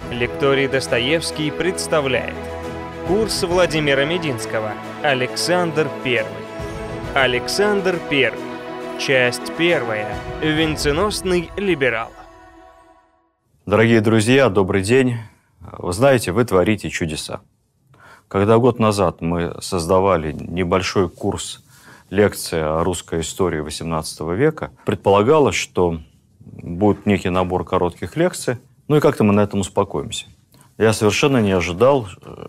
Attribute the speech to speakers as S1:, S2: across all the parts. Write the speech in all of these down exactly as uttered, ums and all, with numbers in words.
S1: Лекторий Достоевский представляет курс Владимира Мединского «Александр Первый». Александр Первый. Часть первая. Венценосный либерал.
S2: Дорогие друзья, добрый день. Вы знаете, вы творите чудеса. Когда год назад мы создавали небольшой курс лекции о русской истории восемнадцатого века, предполагалось, что будет некий набор коротких лекций, ну и как-то мы на этом успокоимся. Я совершенно не ожидал,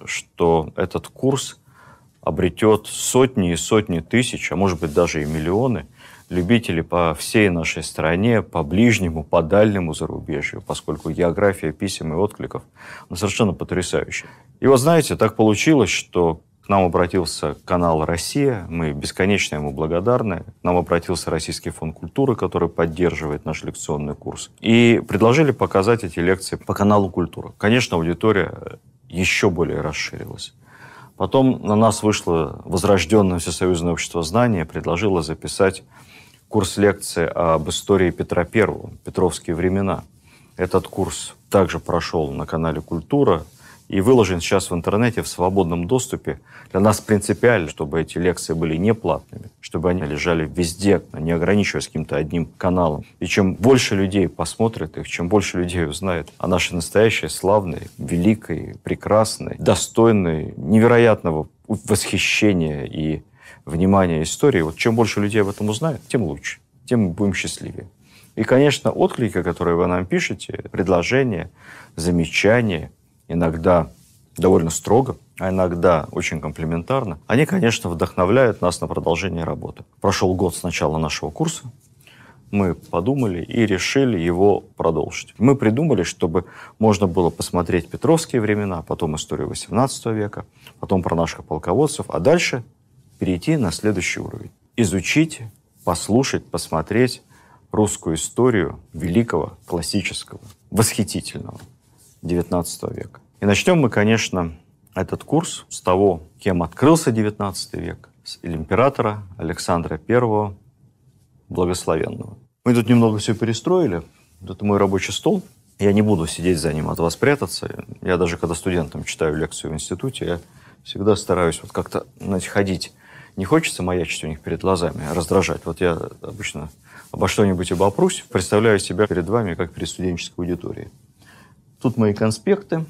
S2: что этот курс обретет сотни и сотни тысяч, а может быть даже и миллионы любителей по всей нашей стране, по ближнему, по дальнему зарубежью, поскольку география писем и откликов ну, совершенно потрясающая. И вот знаете, так получилось, что к нам обратился канал «Россия», мы бесконечно ему благодарны. К нам обратился Российский фонд культуры, который поддерживает наш лекционный курс. И предложили показать эти лекции по каналу «Культура». Конечно, аудитория еще более расширилась. Потом на нас вышло возрожденное Всесоюзное общество знания, предложило записать курс лекции об истории Петра Первого, Петровские времена. Этот курс также прошел на канале «Культура» и выложен сейчас в интернете в свободном доступе. Для нас принципиально, чтобы эти лекции были не платными, чтобы они лежали везде, не ограничиваясь каким-то одним каналом. И чем больше людей посмотрит их, чем больше людей узнает о нашей настоящей, славной, великой, прекрасной, достойной, невероятного восхищения и внимания истории, вот чем больше людей об этом узнает, тем лучше, тем мы будем счастливее. И, конечно, отклики, которые вы нам пишете, предложения, замечания, иногда довольно строго, а иногда очень комплиментарно, они, конечно, вдохновляют нас на продолжение работы. Прошел год с начала нашего курса, мы подумали и решили его продолжить. Мы придумали, чтобы можно было посмотреть Петровские времена, потом историю восемнадцатого века, потом про наших полководцев, а дальше перейти на следующий уровень. Изучить, послушать, посмотреть русскую историю великого, классического, восхитительного девятнадцатого века. И начнем мы, конечно, этот курс с того, кем открылся девятнадцатый век, с императора Александра Первого Благословенного. Мы тут немного все перестроили. Это мой рабочий стол. Я не буду сидеть за ним, от вас прятаться. Я даже когда студентам читаю лекцию в институте, я всегда стараюсь вот как-то, знаете, ходить. Не хочется маячить у них перед глазами, а раздражать. Вот я обычно обо что-нибудь обопрусь, представляю себя перед вами, как перед студенческой аудиторией. Тут мои конспекты.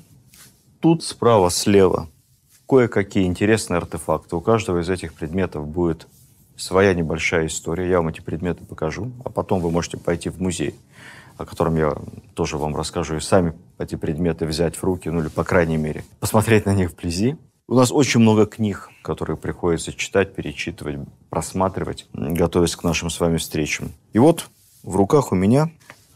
S2: Тут справа, слева кое-какие интересные артефакты. У каждого из этих предметов будет своя небольшая история. Я вам эти предметы покажу, а потом вы можете пойти в музей, о котором я тоже вам расскажу, и сами эти предметы взять в руки, ну или, по крайней мере, посмотреть на них вблизи. У нас очень много книг, которые приходится читать, перечитывать, просматривать, готовясь к нашим с вами встречам. И вот в руках у меня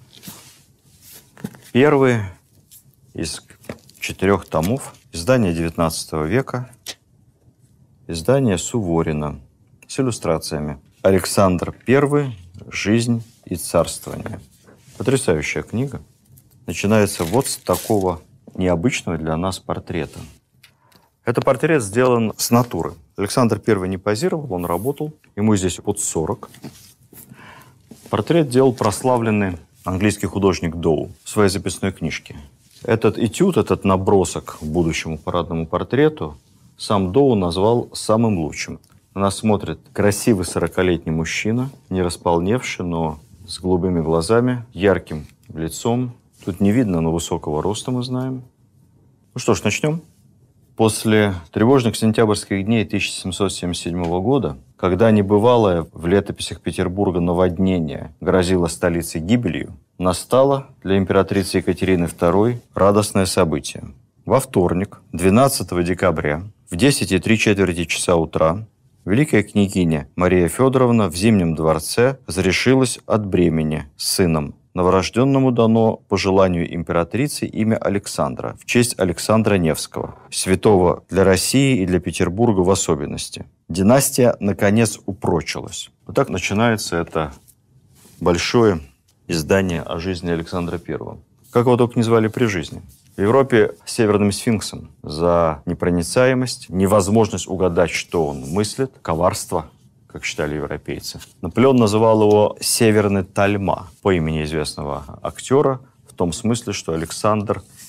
S2: первый из четырех томов издания девятнадцатого века, издание Суворина с иллюстрациями. Александр Первый. Жизнь и царствование. Потрясающая книга. Начинается вот с такого необычного для нас портрета. Это портрет сделан с натуры. Александр Первый не позировал, он работал. Ему здесь под сорок. Портрет делал прославленный английский художник Доу в своей записной книжке. Этот этюд, этот набросок к будущему парадному портрету сам Доу назвал самым лучшим. На нас смотрит красивый сорокалетний мужчина, не располневший, но с голубыми глазами, ярким лицом. Тут не видно, но высокого роста мы знаем. Ну что ж, начнем. После тревожных сентябрьских дней тысяча семьсот семьдесят седьмого года, когда небывалое в летописях Петербурга наводнение грозило столице гибелью, настало для императрицы Екатерины Второй радостное событие. Во вторник, двенадцатого декабря, в десять и три четверти часа утра, великая княгиня Мария Федоровна в Зимнем дворце разрешилась от бремени с сыном. Новорожденному дано по желанию императрицы имя Александра в честь Александра Невского, святого для России и для Петербурга в особенности. Династия, наконец, упрочилась. Вот так начинается это большое издание о жизни Александра Первого. Как его только не звали при жизни. В Европе северным сфинксом за непроницаемость, невозможность угадать, что он мыслит, коварство, как считали европейцы. Наполеон называл его «Северный Тальма» по имени известного актера, в том смысле, что Александр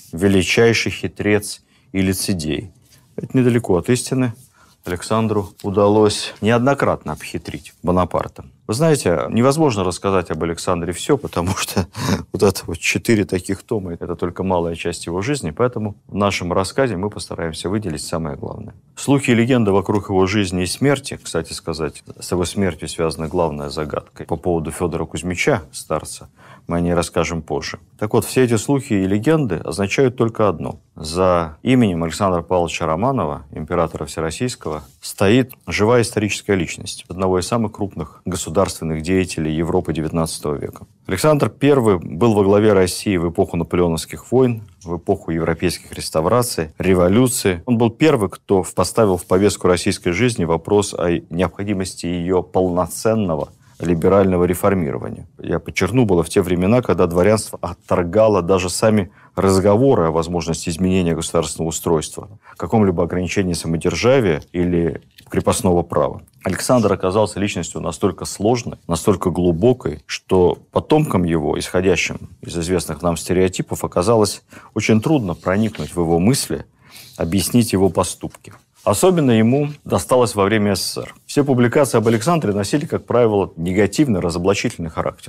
S2: величайший хитрец и лицедей. Это недалеко от истины. Александру удалось неоднократно обхитрить Бонапарта. Вы знаете, невозможно рассказать об Александре все, потому что вот это вот четыре таких тома – это только малая часть его жизни, поэтому в нашем рассказе мы постараемся выделить самое главное. Слухи и легенды вокруг его жизни и смерти, кстати сказать, с его смертью связана главная загадка. По поводу Федора Кузьмича, старца, мы о ней расскажем позже. Так вот, все эти слухи и легенды означают только одно. За именем Александра Павловича Романова, императора Всероссийского, стоит живая историческая личность одного из самых крупных государственных деятелей Европы девятнадцатого века. Александр Первый был во главе России в эпоху наполеоновских войн, в эпоху европейских реставраций, революции. Он был первый, кто поставил в повестку российской жизни вопрос о необходимости ее полноценного либерального реформирования. Я подчеркну, было в те времена, когда дворянство отторгало даже сами разговоры о возможности изменения государственного устройства, каком-либо ограничении самодержавия или крепостного права. Александр оказался личностью настолько сложной, настолько глубокой, что потомкам его, исходящим из известных нам стереотипов, оказалось очень трудно проникнуть в его мысли, объяснить его поступки. Особенно ему досталось во время СССР. Все публикации об Александре носили, как правило, негативный, разоблачительный характер.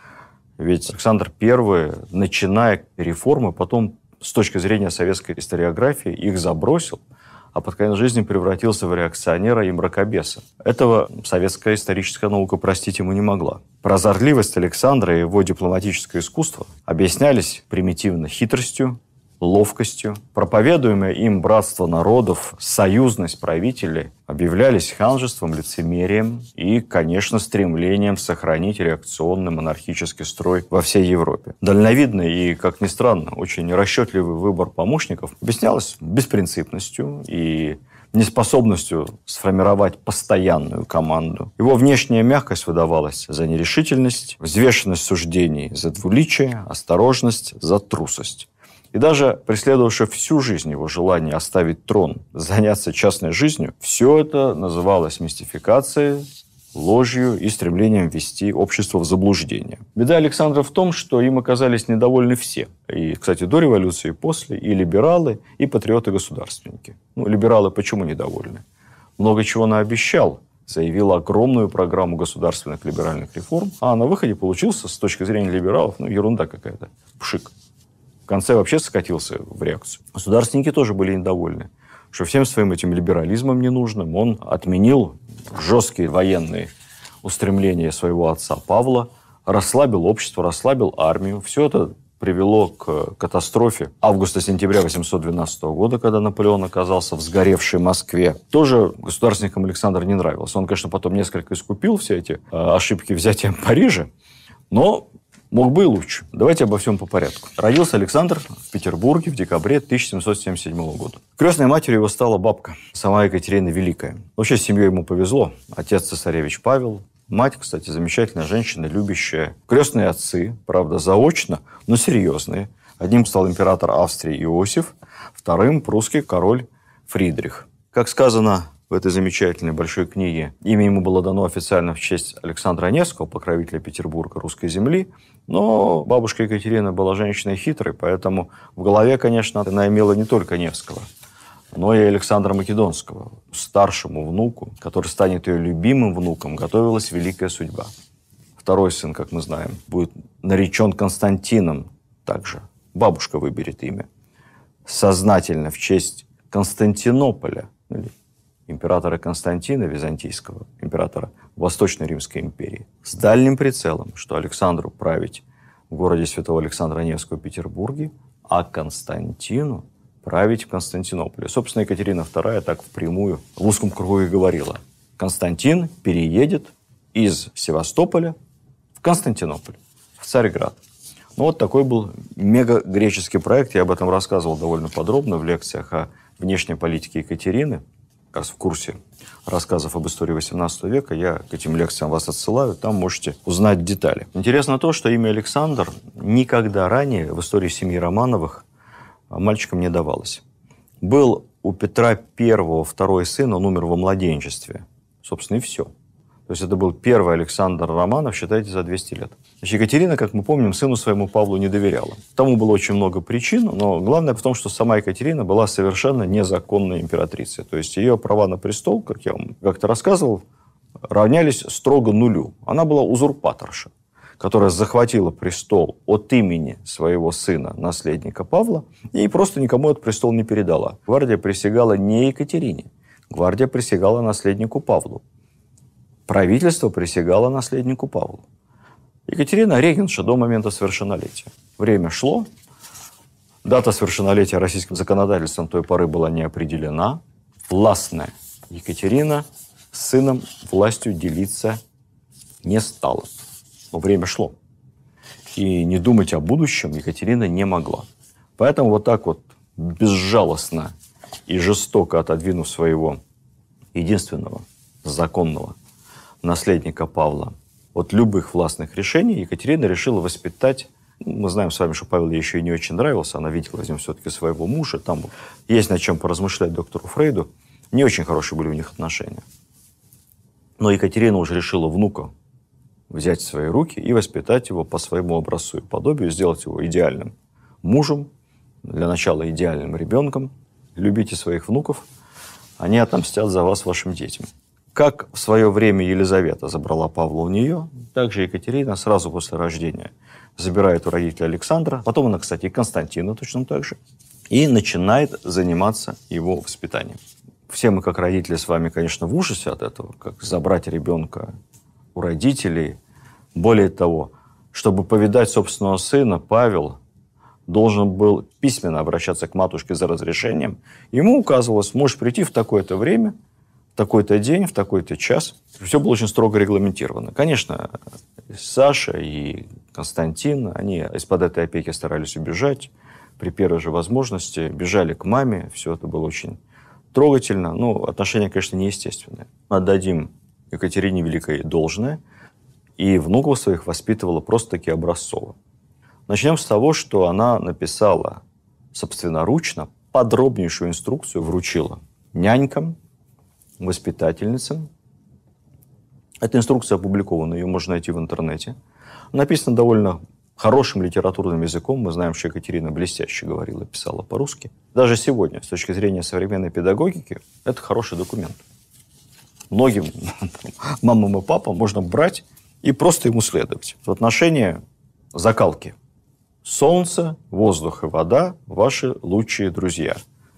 S2: Ведь Александр Первый, начиная реформы, потом, с точки зрения советской историографии, их забросил, а под конец жизни превратился в реакционера и мракобеса. Этого советская историческая наука простить ему не могла. Прозорливость Александра и его дипломатическое искусство объяснялись примитивно хитростью, ловкостью. Проповедуемое им братство народов, союзность правителей объявлялись ханжеством, лицемерием и, конечно, стремлением сохранить реакционный монархический строй во всей Европе. Дальновидный и, как ни странно, очень расчетливый выбор помощников объяснялось беспринципностью и неспособностью сформировать постоянную команду. Его внешняя мягкость выдавалась за нерешительность, взвешенность суждений за двуличие, осторожность за трусость. И даже преследовавшее всю жизнь его желание оставить трон, заняться частной жизнью, все это называлось мистификацией, ложью и стремлением ввести общество в заблуждение. Беда Александра в том, что им оказались недовольны все. И, кстати, до революции, и после, и либералы, и патриоты-государственники. Ну, либералы почему недовольны? Много чего наобещал, заявил огромную программу государственных либеральных реформ, а на выходе получился, с точки зрения либералов, ну, ерунда какая-то, пшик. В конце вообще скатился в реакцию. Государственники тоже были недовольны, что всем своим этим либерализмом ненужным он отменил жесткие военные устремления своего отца Павла, расслабил общество, расслабил армию. Все это привело к катастрофе августа-сентября восемьсот двенадцатого года, когда Наполеон оказался в сгоревшей Москве. Тоже государственникам Александр не нравился. Он, конечно, потом несколько искупил все эти ошибки взятия Парижа, но мог бы и лучше. Давайте обо всем по порядку. Родился Александр в Петербурге в декабре тысяча семьсот семьдесят седьмого года. Крестной матерью его стала бабка, сама Екатерина Великая. Вообще, с семьей ему повезло. Отец цесаревич Павел, мать, кстати, замечательная женщина, любящая. Крестные отцы, правда, заочно, но серьезные. Одним стал император Австрии Иосиф, вторым прусский король Фридрих. Как сказано в этой замечательной большой книге, имя ему было дано официально в честь Александра Невского, покровителя Петербурга, русской земли. Но бабушка Екатерина была женщиной хитрой, поэтому в голове, конечно, она имела не только Невского, но и Александра Македонского. Старшему внуку, который станет ее любимым внуком, готовилась великая судьба. Второй сын, как мы знаем, будет наречен Константином также. Бабушка выберет имя. Сознательно в честь Константинополя, императора Константина Византийского, императора Восточной Римской империи, с дальним прицелом, что Александру править в городе Святого Александра Невского в Петербурге, а Константину править в Константинополе. Собственно, Екатерина вторая так впрямую в узком кругу и говорила. Константин переедет из Севастополя в Константинополь, в Царьград. Ну, вот такой был мега-греческий проект. Я об этом рассказывал довольно подробно в лекциях о внешней политике Екатерины. Как раз в курсе рассказов об истории восемнадцатого века. Я к этим лекциям вас отсылаю. Там можете узнать детали. Интересно то, что имя Александр никогда ранее в истории семьи Романовых мальчикам не давалось. Был у Петра Первого второй сын, он умер во младенчестве. Собственно, и все. То То есть это был первый Александр Романов, считайте, за двести лет. Значит, Екатерина, как мы помним, сыну своему Павлу не доверяла. Тому было очень много причин, но главное в том, что сама Екатерина была совершенно незаконной императрицей. То есть ее права на престол, как я вам как-то рассказывал, равнялись строго нулю. Она была узурпаторша, которая захватила престол от имени своего сына, наследника Павла, и просто никому этот престол не передала. Гвардия присягала не Екатерине, гвардия присягала наследнику Павлу. Правительство присягало наследнику Павлу. Екатерина регентша до момента совершеннолетия. Время шло. Дата совершеннолетия российским законодательством той поры была не определена. Властная Екатерина с сыном властью делиться не стала. Но время шло. И не думать о будущем Екатерина не могла. Поэтому вот так вот безжалостно и жестоко отодвинув своего единственного законного наследника Павла от любых властных решений, Екатерина решила воспитать. Мы знаем с вами, что Павел ей еще и не очень нравился. Она видела в нем все-таки своего мужа. Там есть над чем поразмышлять доктору Фрейду. Не очень хорошие были у них отношения. Но Екатерина уже решила внука взять в свои руки и воспитать его по своему образцу и подобию, сделать его идеальным мужем, для начала идеальным ребенком. Любите своих внуков, они отомстят за вас вашим детям. Как в свое время Елизавета забрала Павла у нее, так же Екатерина сразу после рождения забирает у родителей Александра, потом она, кстати, и Константина точно так же, и начинает заниматься его воспитанием. Все мы, как родители, с вами, конечно, в ужасе от этого, как забрать ребенка у родителей. Более того, чтобы повидать собственного сына, Павел должен был письменно обращаться к матушке за разрешением. Ему указывалось, можешь прийти в такое-то время, в такой-то день, в такой-то час. Все было очень строго регламентировано. Конечно, Саша и Константин, они из-под этой опеки старались убежать. При первой же возможности бежали к маме. Все это было очень трогательно. Ну, отношения, конечно, неестественные. Отдадим Екатерине Великой должное. И внуков своих воспитывала просто-таки образцово. Начнем с того, что она написала собственноручно подробнейшую инструкцию, вручила нянькам, воспитательницам. Эта инструкция опубликована, ее можно найти в интернете. Написана довольно хорошим литературным языком. Мы знаем, что Екатерина блестяще говорила, писала по-русски. Даже сегодня, с точки зрения современной педагогики, это хороший документ. Многим мамам и папам можно брать и просто ему следовать. В отношении закалки. Солнце, воздух и вода – ваши лучшие друзья.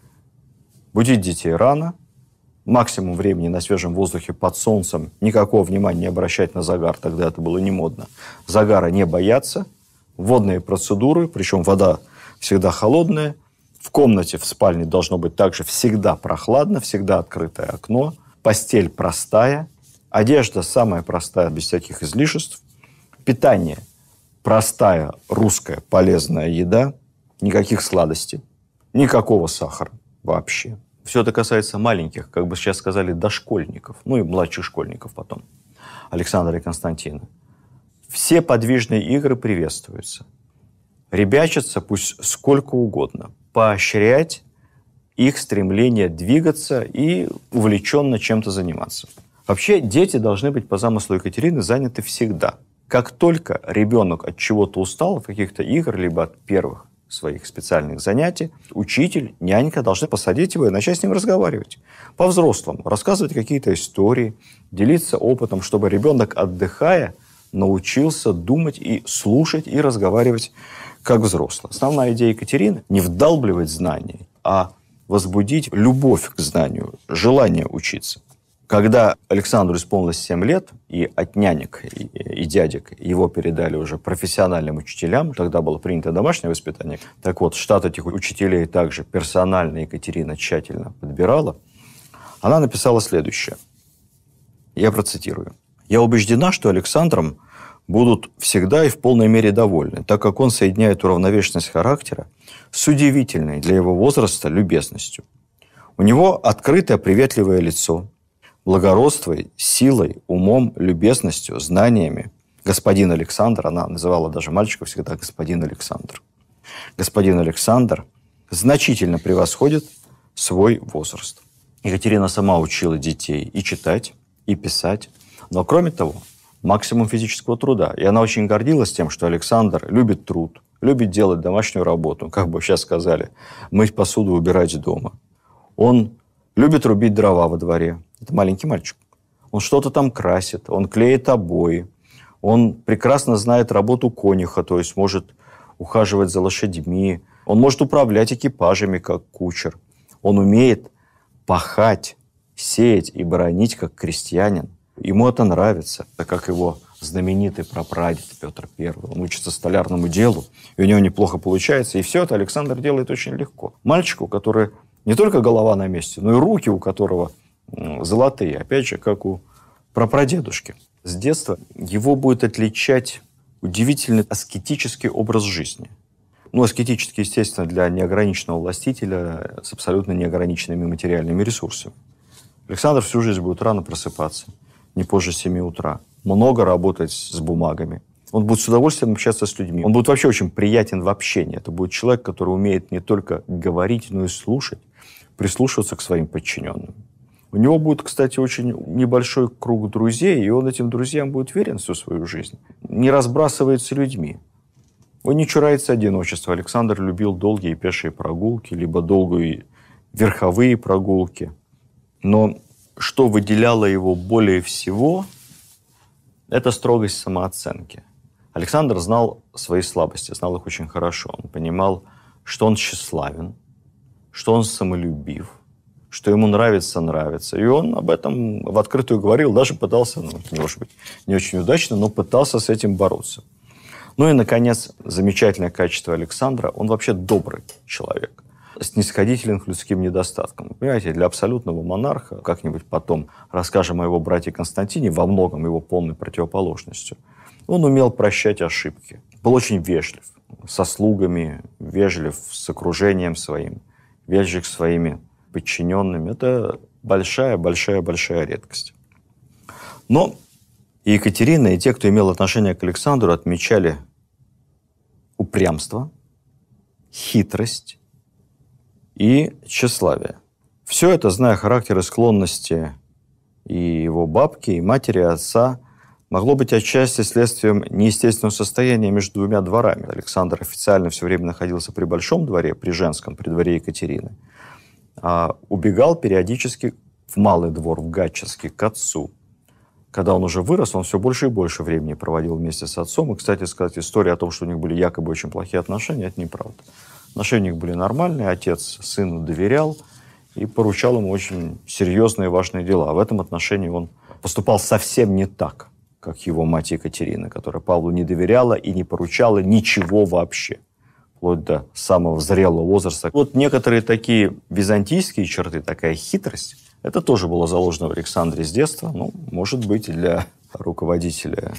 S2: Будить детей рано. Максимум времени на свежем воздухе под солнцем. Никакого внимания не обращать на загар, тогда это было не модно. Загара не бояться. Водные процедуры, причем вода всегда холодная. В комнате, в спальне должно быть также всегда прохладно, всегда открытое окно. Постель простая. Одежда самая простая, без всяких излишеств. Питание простая, русская, полезная еда. Никаких сладостей. Никакого сахара вообще. Все это касается маленьких, как бы сейчас сказали, дошкольников, ну и младших школьников потом, Александра и Константина. Все подвижные игры приветствуются. Ребячиться пусть сколько угодно. Поощрять их стремление двигаться и увлеченно чем-то заниматься. Вообще дети должны быть по замыслу Екатерины заняты всегда. Как только ребенок от чего-то устал, от каких-то игр, либо от первых своих специальных занятий, учитель, нянька должны посадить его и начать с ним разговаривать. По-взрослому. Рассказывать какие-то истории, делиться опытом, чтобы ребенок, отдыхая, научился думать и слушать, и разговаривать как взрослый. Основная идея Екатерины – не вдалбливать знания, а возбудить любовь к знанию, желание учиться. Когда Александру исполнилось семь лет, и от нянек и, и дядек его передали уже профессиональным учителям, тогда было принято домашнее воспитание. Так вот, штат этих учителей также персонально Екатерина тщательно подбирала. Она написала следующее. Я процитирую. «Я убеждена, что Александром будут всегда и в полной мере довольны, так как он соединяет уравновешенность характера с удивительной для его возраста любезностью. У него открытое приветливое лицо, благородством, силой, умом, любезностью, знаниями. Господин Александр, она называла даже мальчиков всегда господин Александр. Господин Александр значительно превосходит свой возраст». Екатерина сама учила детей и читать, и писать. Но кроме того, максимум физического труда. И она очень гордилась тем, что Александр любит труд, любит делать домашнюю работу, как бы сейчас сказали, мыть посуду, убирать дома. Он любит рубить дрова во дворе. Это маленький мальчик. Он что-то там красит, он клеит обои. Он прекрасно знает работу конюха, то есть может ухаживать за лошадьми. Он может управлять экипажами, как кучер. Он умеет пахать, сеять и боронить, как крестьянин. Ему это нравится, так как его знаменитый прапрадед Петр Первый. Он учится столярному делу, и у него неплохо получается. И все это Александр делает очень легко. Мальчику, который не только голова на месте, но и руки у которого золотые, опять же, как у прапрадедушки. С детства его будет отличать удивительный аскетический образ жизни. Ну, аскетический, естественно, для неограниченного властителя с абсолютно неограниченными материальными ресурсами. Александр всю жизнь будет рано просыпаться, не позже семи утра. Много работать с бумагами. Он будет с удовольствием общаться с людьми. Он будет вообще очень приятен в общении. Это будет человек, который умеет не только говорить, но и слушать, прислушиваться к своим подчиненным. У него будет, кстати, очень небольшой круг друзей, и он этим друзьям будет верен всю свою жизнь. Не разбрасывается людьми. Он не чурается одиночества. Александр любил долгие пешие прогулки, либо долгие верховые прогулки. Но что выделяло его более всего, это строгость самооценки. Александр знал свои слабости, знал их очень хорошо. Он понимал, что он тщеславен, что он самолюбив, что ему нравится, нравится. И он об этом в открытую говорил, даже пытался, ну, может быть, не очень удачно, но пытался с этим бороться. Ну и, наконец, замечательное качество Александра. Он вообще добрый человек, снисходителен к людским недостаткам. Понимаете, для абсолютного монарха, как-нибудь потом расскажем о его брате Константине, во многом его полной противоположностью, он умел прощать ошибки. Был очень вежлив со слугами, вежлив с окружением своим, вежлив с своими подчиненными. Это большая-большая-большая редкость. Но и Екатерина, и те, кто имел отношение к Александру, отмечали упрямство, хитрость и тщеславие. Все это, зная характер и склонности и его бабки, и матери, и отца, могло быть отчасти следствием неестественного состояния между двумя дворами. Александр официально все время находился при Большом дворе, при женском, при дворе Екатерины, а убегал периодически в Малый двор, в Гатчинский, к отцу. Когда он уже вырос, он все больше и больше времени проводил вместе с отцом. И, кстати сказать, история о том, что у них были якобы очень плохие отношения, это неправда. Отношения у них были нормальные, отец сыну доверял и поручал ему очень серьезные и важные дела. В этом отношении он поступал совсем не так, как его мать Екатерина, которая Павлу не доверяла и не поручала ничего вообще, вплоть до самого зрелого возраста. Вот некоторые такие византийские черты, такая хитрость, это тоже было заложено в Александре с детства. Ну, может быть, и для руководителя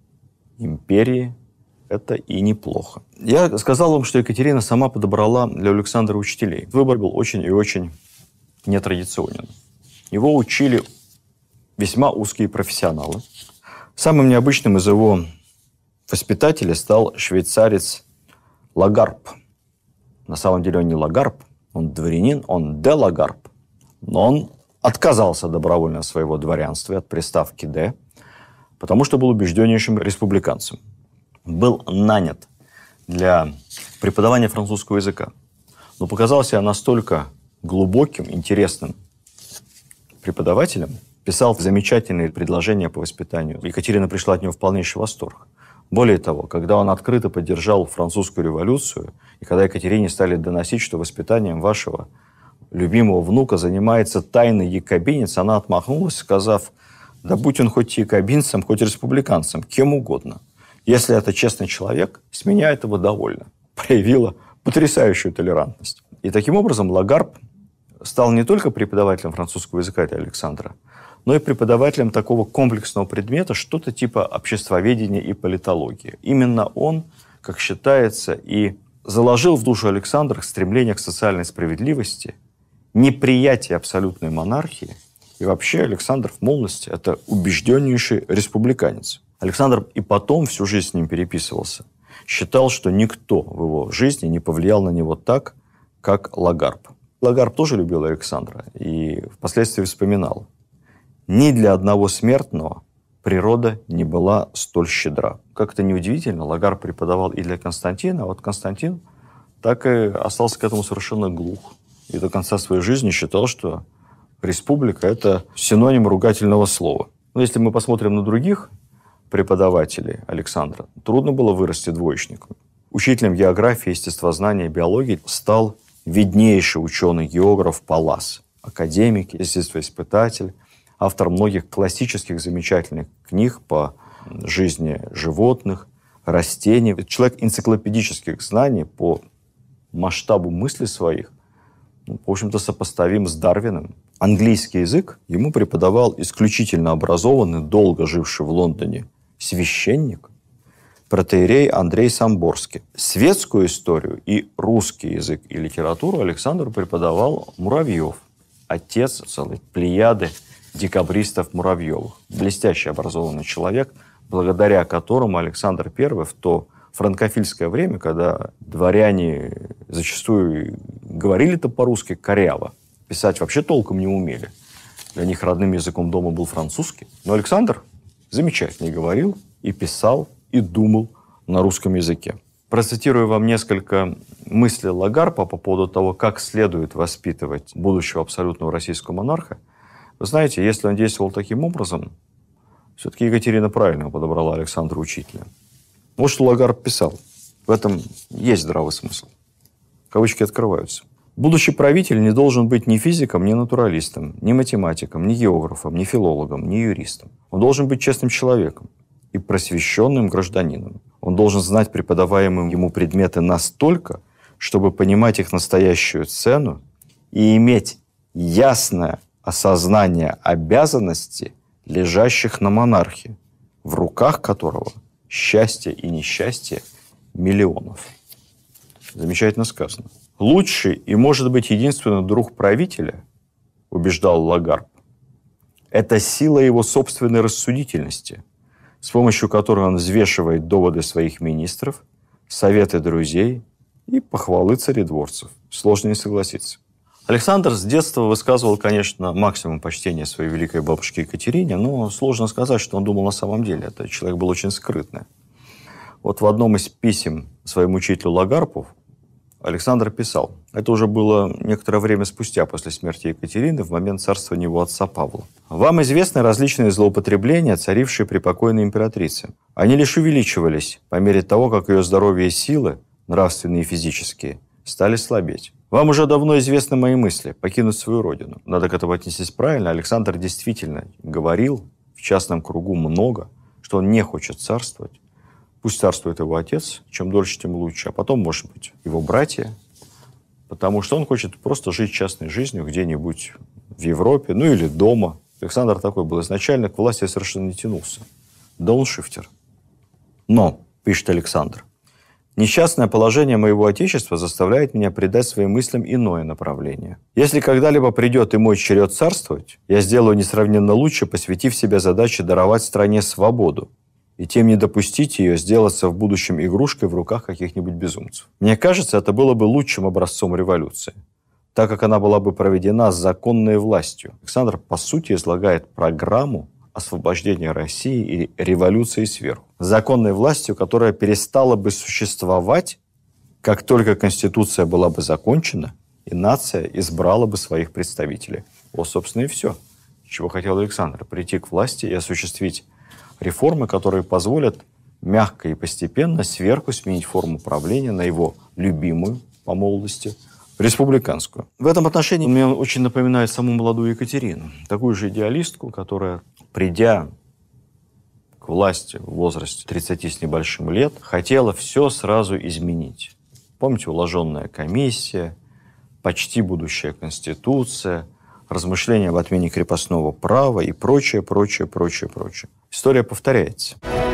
S2: империи это и неплохо. Я сказал вам, что Екатерина сама подобрала для Александра учителей. Выбор был очень и очень нетрадиционен. Его учили весьма узкие профессионалы. Самым необычным из его воспитателей стал швейцарец Лагарб. На самом деле он не Лагарб, он дворянин, он де Лагарб. Но он отказался добровольно от своего дворянства, от приставки «де», потому что был убежденнейшим республиканцем. Был нанят для преподавания французского языка, но показался я настолько глубоким, интересным преподавателем, писал замечательные предложения по воспитанию. Екатерина пришла от него в полнейший восторг. Более того, когда он открыто поддержал французскую революцию, и когда Екатерине стали доносить, что воспитанием вашего любимого внука занимается тайный якобинец, она отмахнулась, сказав: да будь он хоть якобинцем, хоть республиканцем, кем угодно. Если это честный человек, с меня этого довольно. Проявила потрясающую толерантность. И таким образом Лагарб стал не только преподавателем французского языка для Александра, но и преподавателем такого комплексного предмета, что-то типа обществоведения и политологии. Именно он, как считается, и заложил в душу Александра стремление к социальной справедливости, неприятие абсолютной монархии. И вообще Александр в молодости – это убежденнейший республиканец. Александр и потом всю жизнь с ним переписывался. Считал, что никто в его жизни не повлиял на него так, как Лагарб. Лагарб тоже любил Александра и впоследствии вспоминал: «Ни для одного смертного природа не была столь щедра. Как это неудивительно, Лагар преподавал и для Константина, а вот Константин так и остался к этому совершенно глух. И до конца своей жизни считал, что республика – это синоним ругательного слова. Но если мы посмотрим на других преподавателей Александра, трудно было вырасти двоечником. Учителем географии, естествознания и биологии стал виднейший ученый-географ Паллас, академик, естествоиспытатель, автор многих классических замечательных книг по жизни животных, растений. Человек энциклопедических знаний по масштабу мыслей своих, ну, в общем-то, сопоставим с Дарвином. Английский язык ему преподавал исключительно образованный, долго живший в Лондоне священник, протоиерей Андрей Самборский. Светскую историю и русский язык и литературу Александру преподавал Муравьев, отец целой плеяды декабристов Муравьевых. Блестящий образованный человек, благодаря которому Александр Первый в то франкофильское время, когда дворяне зачастую говорили-то по-русски коряво, писать вообще толком не умели. Для них родным языком дома был французский. Но Александр замечательно говорил, и писал, и думал на русском языке. Процитирую вам несколько мыслей Лагарпа по поводу того, как следует воспитывать будущего абсолютного российского монарха. Вы знаете, если он действовал таким образом, все-таки Екатерина правильно подобрала Александра учителя. Вот что Лагарп писал. В этом есть здравый смысл. Кавычки открываются. Будущий правитель не должен быть ни физиком, ни натуралистом, ни математиком, ни географом, ни филологом, ни юристом. Он должен быть честным человеком и просвещенным гражданином. Он должен знать преподаваемые ему предметы настолько, чтобы понимать их настоящую цену и иметь ясное осознание обязанностей, лежащих на монархе, в руках которого счастье и несчастье миллионов. Замечательно сказано. Лучший и, может быть, единственный друг правителя, убеждал Лагарп, это сила его собственной рассудительности, с помощью которой он взвешивает доводы своих министров, советы друзей и похвалы царедворцев. Сложно не согласиться. Александр с детства высказывал, конечно, максимум почтения своей великой бабушке Екатерине, но сложно сказать, что он думал на самом деле. Этот человек был очень скрытный. Вот в одном из писем своему учителю Лагарпу Александр писал, это уже было некоторое время спустя после смерти Екатерины, в момент царствования его отца Павла. «Вам известны различные злоупотребления, царившие при покойной императрице. Они лишь увеличивались по мере того, как ее здоровье и силы, нравственные и физические, стали слабеть. Вам уже давно известны мои мысли покинуть свою родину». Надо к этому отнестись правильно. Александр действительно говорил в частном кругу много, что он не хочет царствовать. Пусть царствует его отец, чем дольше, тем лучше. А потом, может быть, его братья. Потому что он хочет просто жить частной жизнью где-нибудь в Европе, ну или дома. Александр такой был изначально, к власти совершенно не тянулся. Дауншифтер. Но, пишет Александр, несчастное положение моего отечества заставляет меня придать своим мыслям иное направление. Если когда-либо придет и мой черед царствовать, я сделаю несравненно лучше, посвятив себя задаче даровать стране свободу, и тем не допустить ее сделаться в будущем игрушкой в руках каких-нибудь безумцев. Мне кажется, это было бы лучшим образцом революции, так как она была бы проведена с законной властью. Александр, по сути, излагает программу освобождения России и революции сверху. Законной властью, которая перестала бы существовать, как только Конституция была бы закончена, и нация избрала бы своих представителей. Вот, собственно, и все, чего хотел Александр. Прийти к власти и осуществить реформы, которые позволят мягко и постепенно сверху сменить форму правления на его любимую по молодости республиканскую. В этом отношении мне очень напоминает саму молодую Екатерину, такую же идеалистку, которая, придя к власти в возрасте тридцати с небольшим лет, хотела все сразу изменить. Помните, уложенная комиссия, почти будущая конституция, размышления об отмене крепостного права и прочее, прочее, прочее, прочее. История повторяется.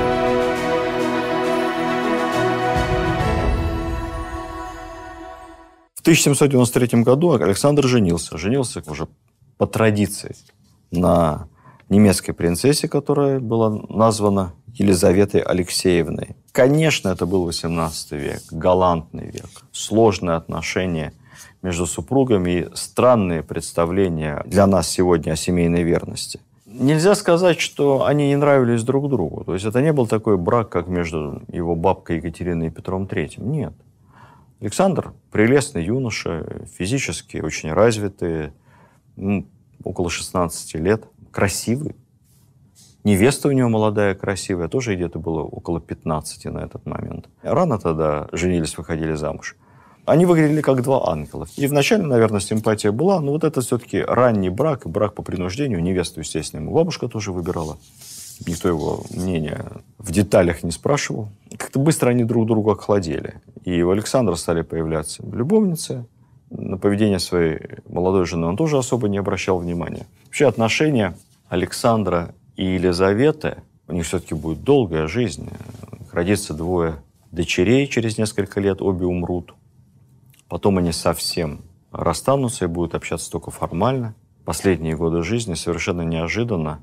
S2: В тысяча семьсот девяносто третьем году Александр женился. Женился уже по традиции на немецкой принцессе, которая была названа Елизаветой Алексеевной. Конечно, это был восемнадцатый век, галантный век, сложные отношения между супругами и странные представления для нас сегодня о семейной верности. Нельзя сказать, что они не нравились друг другу. То есть это не был такой брак, как между его бабкой Екатериной и Петром Третьим. Нет. Александр – прелестный юноша, физически очень развитый, ну, около шестнадцати лет, красивый. Невеста у него молодая, красивая, тоже где-то было около пятнадцати на этот момент. Рано тогда женились, выходили замуж. Они выглядели как два ангела. И вначале, наверное, симпатия была, но вот это все-таки ранний брак, брак по принуждению. Невесту, естественно, ему бабушка тоже выбирала. Никто его мнения в деталях не спрашивал. Как-то быстро они друг другу охладели. И у Александра стали появляться любовницы. На поведение своей молодой жены он тоже особо не обращал внимания. Вообще отношения Александра и Елизаветы, у них все-таки будет долгая жизнь. Родится двое дочерей через несколько лет, обе умрут. Потом они совсем расстанутся и будут общаться только формально. Последние годы жизни совершенно неожиданно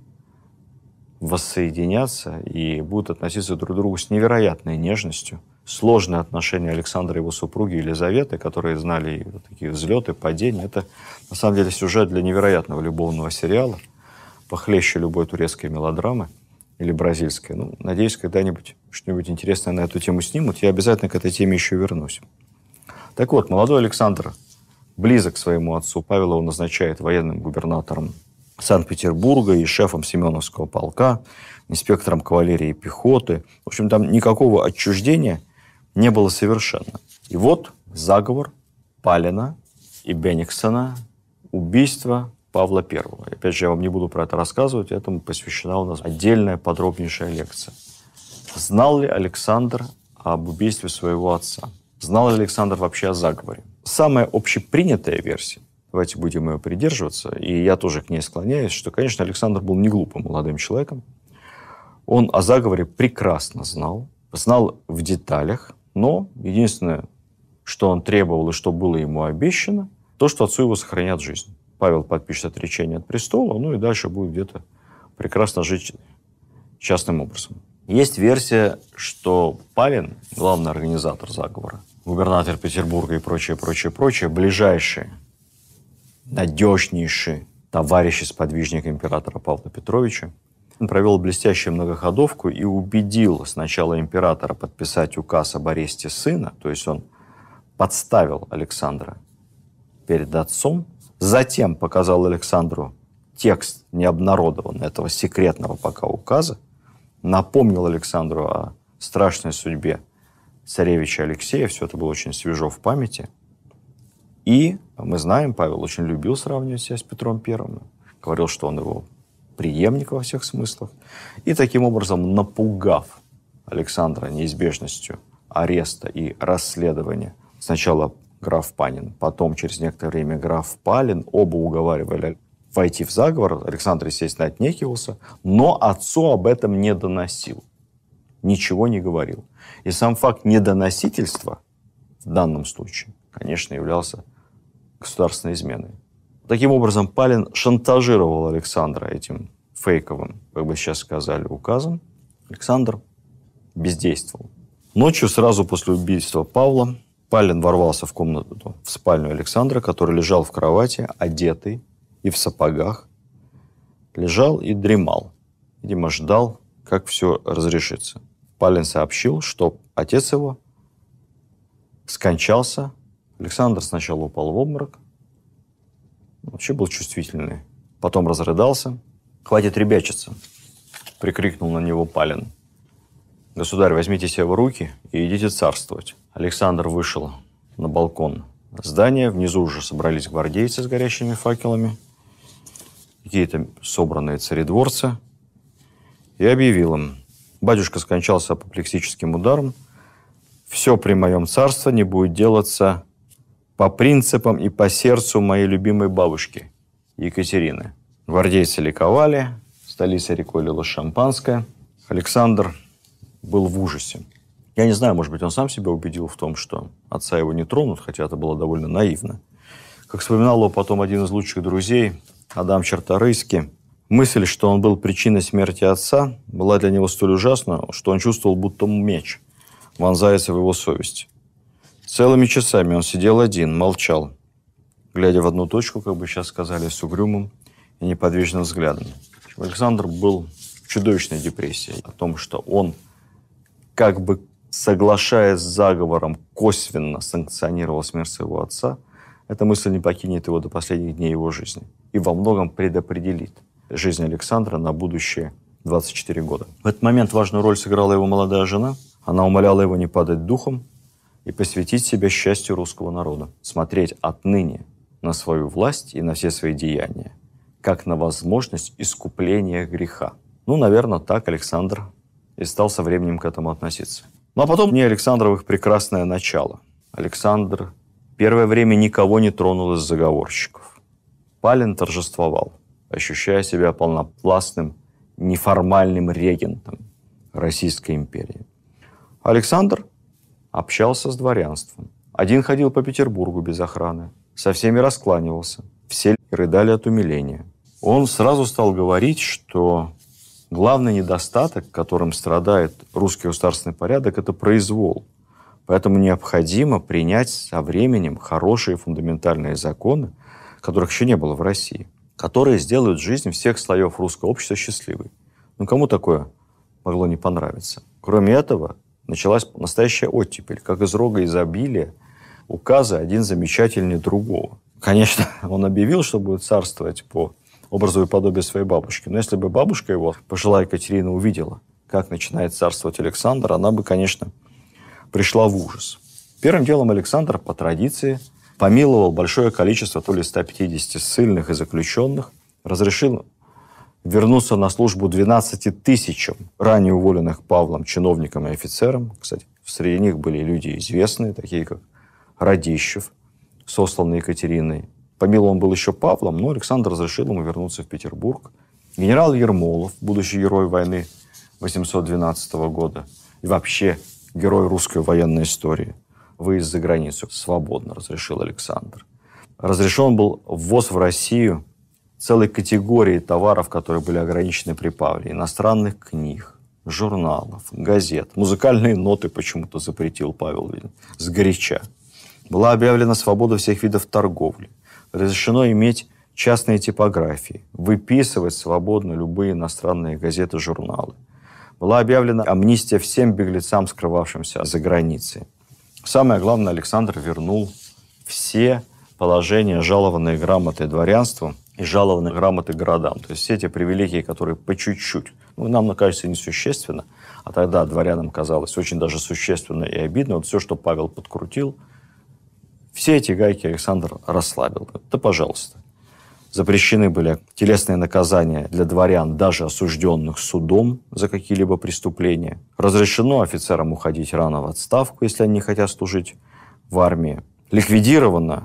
S2: воссоединятся и будут относиться друг к другу с невероятной нежностью. Сложные отношения Александра и его супруги Елизаветы, которые знали вот такие взлеты, падения. Это, на самом деле, сюжет для невероятного любовного сериала, похлеще любой турецкой мелодрамы или бразильской. Ну, надеюсь, когда-нибудь что-нибудь интересное на эту тему снимут. Я обязательно к этой теме еще вернусь. Так вот, молодой Александр близок к своему отцу. Павел его назначает военным губернатором Санкт-Петербурга и шефом Семеновского полка, инспектором кавалерии и пехоты. В общем, там никакого отчуждения не было совершенно. И вот заговор Палина и Бенниксена, убийство Павла Первого. И опять же, я вам не буду про это рассказывать, этому посвящена у нас отдельная подробнейшая лекция. Знал ли Александр об убийстве своего отца? Знал ли Александр вообще о заговоре? Самая общепринятая версия, давайте будем ее придерживаться, и я тоже к ней склоняюсь, что, конечно, Александр был не глупым молодым человеком. Он о заговоре прекрасно знал, знал в деталях, но единственное, что он требовал и что было ему обещано, то, что отцу его сохранят жизнь. Павел подпишет отречение от престола, ну и дальше будет где-то прекрасно жить частным образом. Есть версия, что Палин, главный организатор заговора, губернатор Петербурга и прочее, прочее, прочее, ближайший, надежнейший товарищ и сподвижник императора Павла Петровича, он провел блестящую многоходовку и убедил сначала императора подписать указ об аресте сына, то есть он подставил Александра перед отцом, затем показал Александру текст необнародованный этого секретного пока указа, напомнил Александру о страшной судьбе царевича Алексея, все это было очень свежо в памяти. И мы знаем, Павел очень любил сравнивать себя с Петром Первым, говорил, что он его преемник во всех смыслах. И таким образом, напугав Александра неизбежностью ареста и расследования, сначала граф Панин, потом через некоторое время граф Палин, оба уговаривали войти в заговор. Александр, естественно, отнекивался, но отцу об этом не доносил, ничего не говорил. И сам факт недоносительства в данном случае, конечно, являлся государственной изменой. Таким образом, Палин шантажировал Александра этим фейковым, как бы сейчас сказали, указом. Александр бездействовал. Ночью, сразу после убийства Павла, Палин ворвался в комнату, в спальню Александра, который лежал в кровати, одетый и в сапогах. Лежал и дремал. Видимо, ждал, как все разрешится. Палин сообщил, что отец его скончался. Александр сначала упал в обморок. Вообще был чувствительный. Потом разрыдался. «Хватит ребячиться!» — прикрикнул на него Палин. «Государь, возьмите себя в руки и идите царствовать». Александр вышел на балкон здания. Внизу уже собрались гвардейцы с горящими факелами, какие-то собранные царедворцы. И объявил им: «Батюшка скончался апоплексическим ударом. Все при моем царстве не будет делаться по принципам и по сердцу моей любимой бабушки Екатерины». Гвардейцы ликовали, столица рекой лилось шампанское. Александр был в ужасе. Я не знаю, может быть, он сам себя убедил в том, что отца его не тронут, хотя это было довольно наивно. Как вспоминал его потом один из лучших друзей, Адам Черторийский, мысль, что он был причиной смерти отца, была для него столь ужасна, что он чувствовал, будто меч вонзается в его совесть. Целыми часами он сидел один, молчал, глядя в одну точку, как бы сейчас сказали, с угрюмым и неподвижным взглядом. Александр был в чудовищной депрессии о том, что он, как бы соглашаясь с заговором, косвенно санкционировал смерть своего отца. Эта мысль не покинет его до последних дней его жизни и во многом предопределит жизнь Александра на будущие двадцать четыре года. В этот момент важную роль сыграла его молодая жена. Она умоляла его не падать духом и посвятить себя счастью русского народа, смотреть отныне на свою власть и на все свои деяния, как на возможность искупления греха. Ну, наверное, так Александр и стал со временем к этому относиться. Ну, а потом не Александровых прекрасное начало. Александр первое время никого не тронул из заговорщиков. Палин торжествовал, ощущая себя полновластным, неформальным регентом Российской империи. Александр общался с дворянством. Один ходил по Петербургу без охраны, со всеми раскланивался, все рыдали от умиления. Он сразу стал говорить, что главный недостаток, которым страдает русский государственный порядок, это произвол. Поэтому необходимо принять со временем хорошие фундаментальные законы, которых еще не было в России, которые сделают жизнь всех слоев русского общества счастливой. Ну, кому такое могло не понравиться? Кроме этого, началась настоящая оттепель, как из рога изобилия, указы один замечательнее другого. Конечно, он объявил, что будет царствовать по образу и подобию своей бабушки. Но если бы бабушка его, пожилая Екатерина, увидела, как начинает царствовать Александр, она бы, конечно, пришла в ужас. Первым делом Александр, по традиции, помиловал большое количество, то ли ста пятидесяти ссыльных и заключенных, разрешил вернуться на службу двенадцати тысячам ранее уволенных Павлом чиновникам и офицерам. Кстати, среди них были люди известные, такие как Радищев, сосланный Екатериной. Помилован он был еще Павлом, но Александр разрешил ему вернуться в Петербург. Генерал Ермолов, будущий герой войны восемьсот двенадцатого года и вообще герой русской военной истории, выезд за границу свободно разрешил Александр. Разрешен был ввоз в Россию целой категории товаров, которые были ограничены при Павле. Иностранных книг, журналов, газет. Музыкальные ноты почему-то запретил Павел сгоряча. Была объявлена свобода всех видов торговли. Разрешено иметь частные типографии, выписывать свободно любые иностранные газеты, журналы. Была объявлена амнистия всем беглецам, скрывавшимся за границей. Самое главное, Александр вернул все положения, жалованные грамотой дворянству и жалованные грамоты городам. То есть все эти привилегии, которые по чуть-чуть, ну, нам кажется несущественно, а тогда дворянам казалось очень даже существенно и обидно. Вот все, что Павел подкрутил, все эти гайки Александр расслабил. Да, пожалуйста. Запрещены были телесные наказания для дворян, даже осужденных судом за какие-либо преступления. Разрешено офицерам уходить рано в отставку, если они не хотят служить в армии. Ликвидирована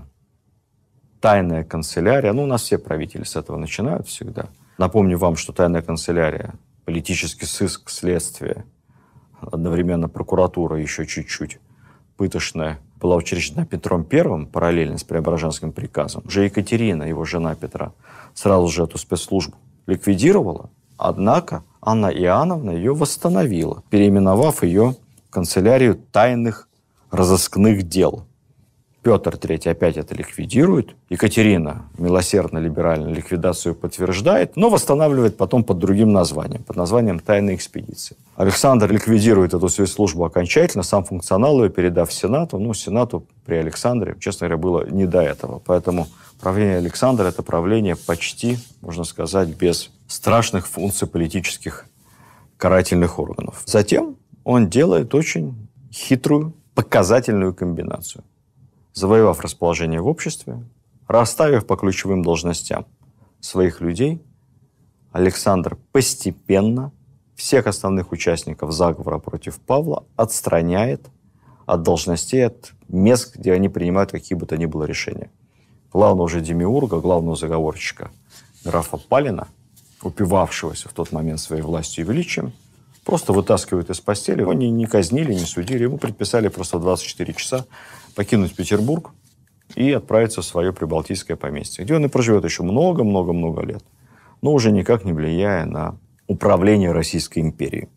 S2: тайная канцелярия. Ну, у нас все правители с этого начинают всегда. Напомню вам, что тайная канцелярия, политический сыск, следствие, одновременно прокуратура еще чуть-чуть пытошная, была учреждена Петром Первым параллельно с Преображенским приказом. Уже Екатерина, его жена Петра, сразу же эту спецслужбу ликвидировала. Однако Анна Иоанновна ее восстановила, переименовав ее в канцелярию тайных разыскных дел. Петр Третий опять это ликвидирует. Екатерина милосердно-либерально ликвидацию подтверждает, но восстанавливает потом под другим названием, под названием «Тайной экспедиции». Александр ликвидирует эту спецслужбу окончательно, сам функционал ее передав Сенату. Ну, Сенату при Александре, честно говоря, было не до этого. Поэтому правление Александра – это правление почти, можно сказать, без страшных функций политических карательных органов. Затем он делает очень хитрую, показательную комбинацию. Завоевав расположение в обществе, расставив по ключевым должностям своих людей, Александр постепенно всех основных участников заговора против Павла отстраняет от должностей, от мест, где они принимают какие бы то ни было решения. Главного же демиурга, главного заговорщика графа Палина, упивавшегося в тот момент своей властью и величием, просто вытаскивают из постели. Его не, не казнили, не судили. Ему предписали просто двадцать четыре часа покинуть Петербург и отправиться в свое прибалтийское поместье, где он и проживет еще много-много-много лет, но уже никак не влияя на управление Российской империей.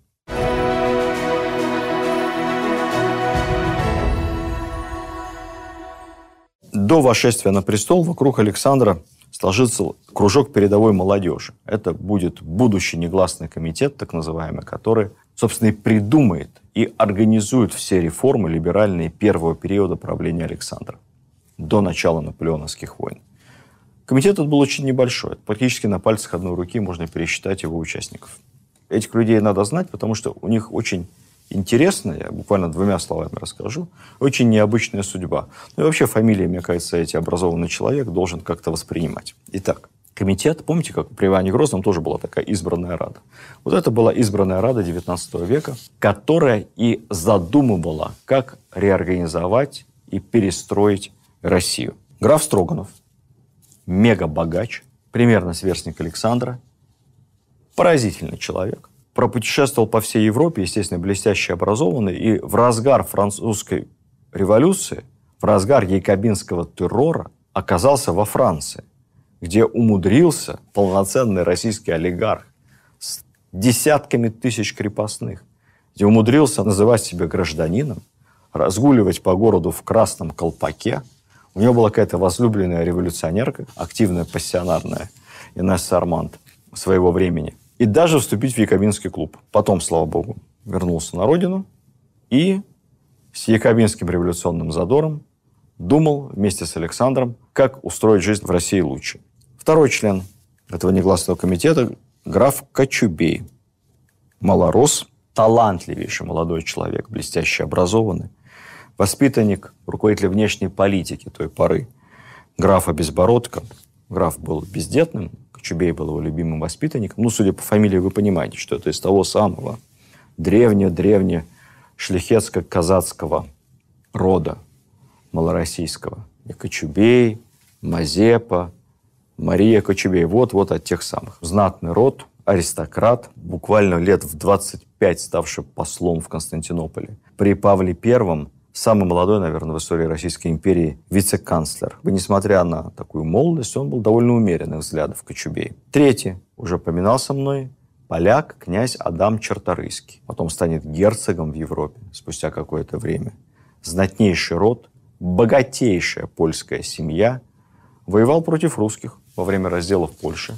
S2: До восшествия на престол вокруг Александра сложился кружок передовой молодежи. Это будет будущий негласный комитет, так называемый, который, собственно, и придумает и организует все реформы либеральные первого периода правления Александра, до начала наполеоновских войн. Комитет этот был очень небольшой. Практически на пальцах одной руки можно пересчитать его участников. Этих людей надо знать, потому что у них очень интересная, я буквально двумя словами расскажу, очень необычная судьба. Ну и вообще фамилии, мне кажется, эти образованный человек должен как-то воспринимать. Итак, комитет, помните, как при Иване Грозном тоже была такая избранная рада? Вот это была избранная рада девятнадцатого века, которая и задумывала, как реорганизовать и перестроить Россию. Граф Строганов, мега-богач, примерно сверстник Александра, поразительный человек, пропутешествовал по всей Европе, естественно, блестяще образованный, и в разгар французской революции, в разгар якобинского террора оказался во Франции, где умудрился полноценный российский олигарх с десятками тысяч крепостных, где умудрился называть себя гражданином, разгуливать по городу в красном колпаке. У него была какая-то возлюбленная революционерка, активная, пассионарная, Инесса Арманд своего времени. И даже вступить в якобинский клуб. Потом, слава богу, вернулся на родину и с якобинским революционным задором думал вместе с Александром, как устроить жизнь в России лучше. Второй член этого негласного комитета – граф Кочубей. Малорос, талантливейший молодой человек, блестяще образованный, воспитанник, руководитель внешней политики той поры, графа Безбородко. Граф был бездетным, Кочубей был его любимым воспитанником. Ну, судя по фамилии, вы понимаете, что это из того самого древнего-древнего шляхетско-казацкого рода малороссийского. И Кочубей, Мазепа, Мария Кочубей. Вот-вот от тех самых. Знатный род, аристократ, буквально лет в двадцать пять ставший послом в Константинополе. При Павле Первом самый молодой, наверное, в истории Российской империи вице-канцлер. И несмотря на такую молодость, он был довольно умеренных взглядов Кочубей. Третий, уже поминался мной, поляк, князь Адам Чарторийский. Потом станет герцогом в Европе спустя какое-то время. Знатнейший род, богатейшая польская семья. Воевал против русских во время разделов Польши.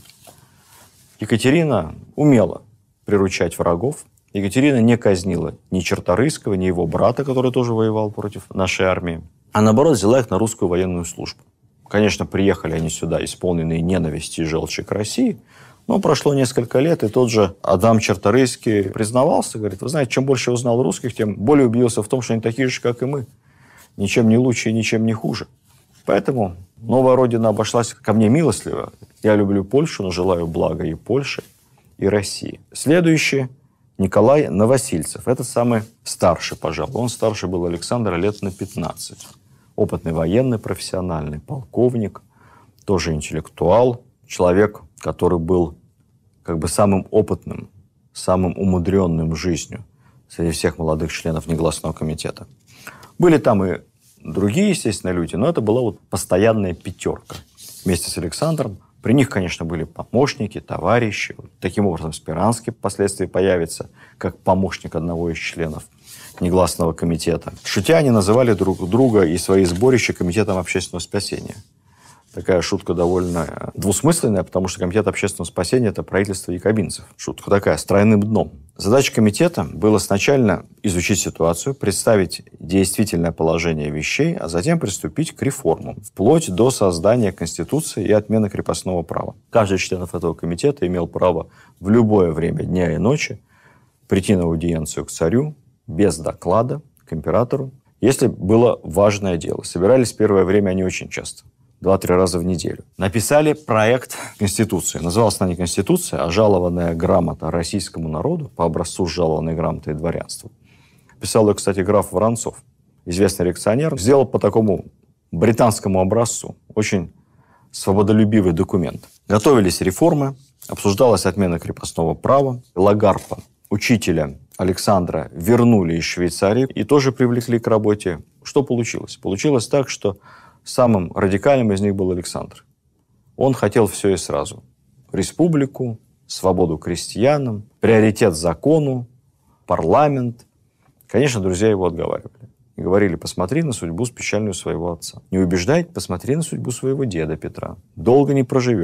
S2: Екатерина умела приручать врагов. Екатерина не казнила ни Чарторийского, ни его брата, который тоже воевал против нашей армии, а наоборот взяла их на русскую военную службу. Конечно, приехали они сюда, исполненные ненависти и желчи к России, но прошло несколько лет, и тот же Адам Чарторийский признавался, говорит, вы знаете, чем больше я узнал русских, тем более убедился в том, что они такие же, как и мы. Ничем не лучше и ничем не хуже. Поэтому новая родина обошлась ко мне милостливо. Я люблю Польшу, но желаю блага и Польше, и России. Следующий Николай Новосильцев. Это самый старший, пожалуй. Он старше был Александра лет на пятнадцать. Опытный военный, профессиональный полковник, тоже интеллектуал. Человек, который был как бы самым опытным, самым умудренным жизнью среди всех молодых членов негласного комитета. Были там и другие, естественно, люди, но это была вот постоянная пятерка вместе с Александром. При них, конечно, были помощники, товарищи. Таким образом, Спиранский впоследствии появится как помощник одного из членов негласного комитета. Шутя они называли друг друга и свои сборища комитетом общественного спасения. Такая шутка довольно двусмысленная, потому что комитет общественного спасения – это правительство якобинцев. Шутка такая, с тройным дном. Задача комитета была сначала изучить ситуацию, представить действительное положение вещей, а затем приступить к реформам, вплоть до создания Конституции и отмены крепостного права. Каждый из членов этого комитета имел право в любое время дня и ночи прийти на аудиенцию к царю без доклада, к императору, если было важное дело. Собирались в первое время они очень часто. Два-три раза в неделю. Написали проект Конституции. Называлась она не Конституция, а жалованная грамота российскому народу по образцу жалованной грамоты и дворянства. Писал ее, кстати, граф Воронцов, известный реакционер. Сделал по такому британскому образцу. Очень свободолюбивый документ. Готовились реформы, обсуждалась отмена крепостного права. Лагарпа, учителя Александра, вернули из Швейцарии и тоже привлекли к работе. Что получилось? Получилось так, что самым радикальным из них был Александр. Он хотел все и сразу. Республику, свободу крестьянам, приоритет закону, парламент. Конечно, друзья его отговаривали. И говорили, посмотри на судьбу печальную своего отца. Не убеждай, посмотри на судьбу своего деда Петра. Долго не проживешь.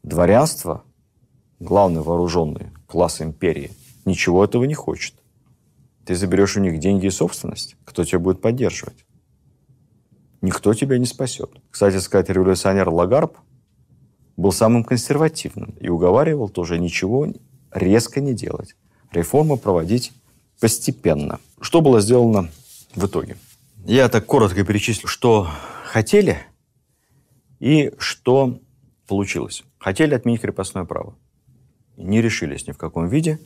S2: Дворянство, главный вооруженный класс империи, ничего этого не хочет. Ты заберешь у них деньги и собственность, кто тебя будет поддерживать? Никто тебя не спасет. Кстати сказать, революционер Лагарб был самым консервативным и уговаривал тоже ничего резко не делать. Реформы проводить постепенно. Что было сделано в итоге? Я так коротко перечислю, что хотели и что получилось. Хотели отменить крепостное право. Не решились ни в каком виде,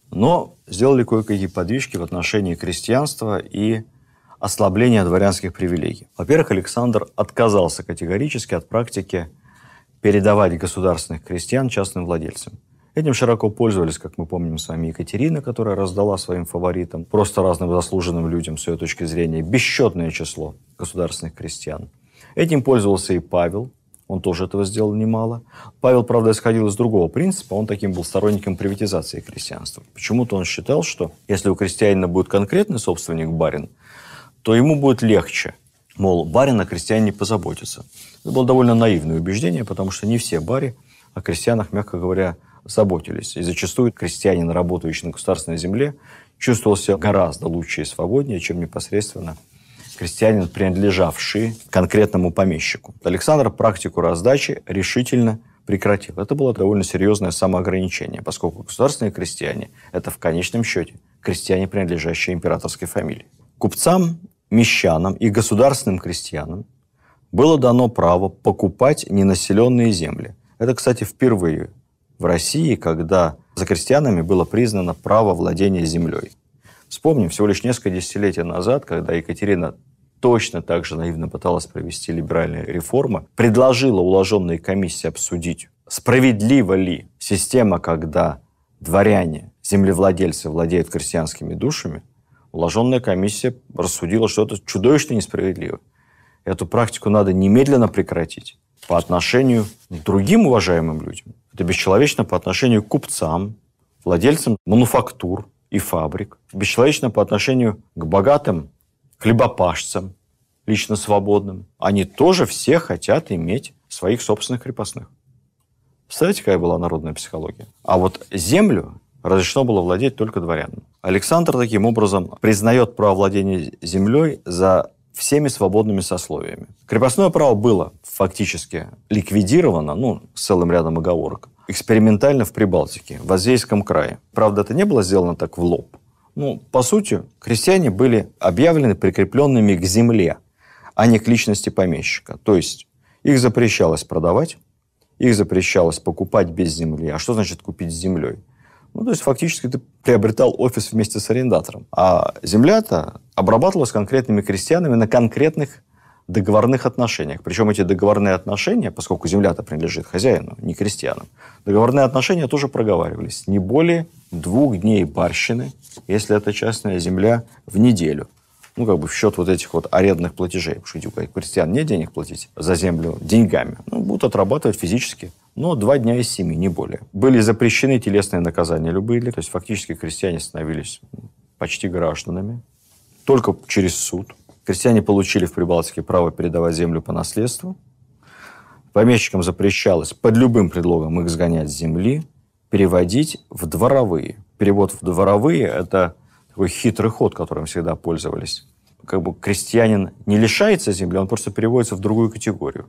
S2: но сделали кое-какие подвижки в отношении крестьянства и ослабления дворянских привилегий. Во-первых, Александр отказался категорически от практики передавать государственных крестьян частным владельцам. Этим широко пользовались, как мы помним с вами, Екатерина, которая раздала своим фаворитам, просто разным заслуженным людям, с ее точки зрения, бесчетное число государственных крестьян. Этим пользовался и Павел, он тоже этого сделал немало. Павел, правда, исходил из другого принципа, он таким был сторонником приватизации крестьянства. Почему-то он считал, что если у крестьянина будет конкретный собственник, барин, то ему будет легче. Мол, барин о крестьянине позаботится. Это было довольно наивное убеждение, потому что не все бари о крестьянах, мягко говоря, заботились. И зачастую крестьянин, работающий на государственной земле, чувствовал себя гораздо лучше и свободнее, чем непосредственно крестьянин, принадлежавший конкретному помещику. Александр практику раздачи решительно прекратил. Это было довольно серьезное самоограничение, поскольку государственные крестьяне – это в конечном счете крестьяне, принадлежащие императорской фамилии. Купцам, мещанам и государственным крестьянам было дано право покупать ненаселенные земли. Это, кстати, впервые в России, когда за крестьянами было признано право владения землей. Вспомним, всего лишь несколько десятилетий назад, когда Екатерина точно так же наивно пыталась провести либеральные реформы, предложила уложенной комиссии обсудить, справедлива ли система, когда дворяне, землевладельцы владеют крестьянскими душами, уложенная комиссия рассудила, что это чудовищно несправедливо. Эту практику надо немедленно прекратить по отношению к другим уважаемым людям. Это бесчеловечно по отношению к купцам, владельцам мануфактур и фабрик. Бесчеловечно по отношению к богатым хлебопашцам, лично свободным. Они тоже все хотят иметь своих собственных крепостных. Представляете, какая была народная психология? А вот землю разрешено было владеть только дворянам. Александр таким образом признает право владения землей за всеми свободными сословиями. Крепостное право было фактически ликвидировано, ну, с целым рядом оговорок, экспериментально в Прибалтике, в Азейском крае. Правда, это не было сделано так в лоб. Ну, по сути, крестьяне были объявлены прикрепленными к земле, а не к личности помещика. То есть их запрещалось продавать, их запрещалось покупать без земли. А что значит купить с землей? Ну, то есть фактически ты приобретал офис вместе с арендатором. А земля-то обрабатывалась конкретными крестьянами на конкретных договорных отношениях. Причем эти договорные отношения, поскольку земля-то принадлежит хозяину, не крестьянам, договорные отношения тоже проговаривались. Не более двух дней барщины, если это частная земля, в неделю. Ну, как бы в счет вот этих вот арендных платежей. Потому что у крестьян нет денег платить за землю деньгами. Ну, будут отрабатывать физически. Но два дня из семи, не более. Были запрещены телесные наказания любые. То есть фактически крестьяне становились почти гражданами. Только через суд. Крестьяне получили в Прибалтике право передавать землю по наследству. Помещикам запрещалось под любым предлогом их сгонять с земли, переводить в дворовые. Перевод в дворовые – это такой хитрый ход, которым всегда пользовались. Как бы крестьянин не лишается земли, он просто переводится в другую категорию.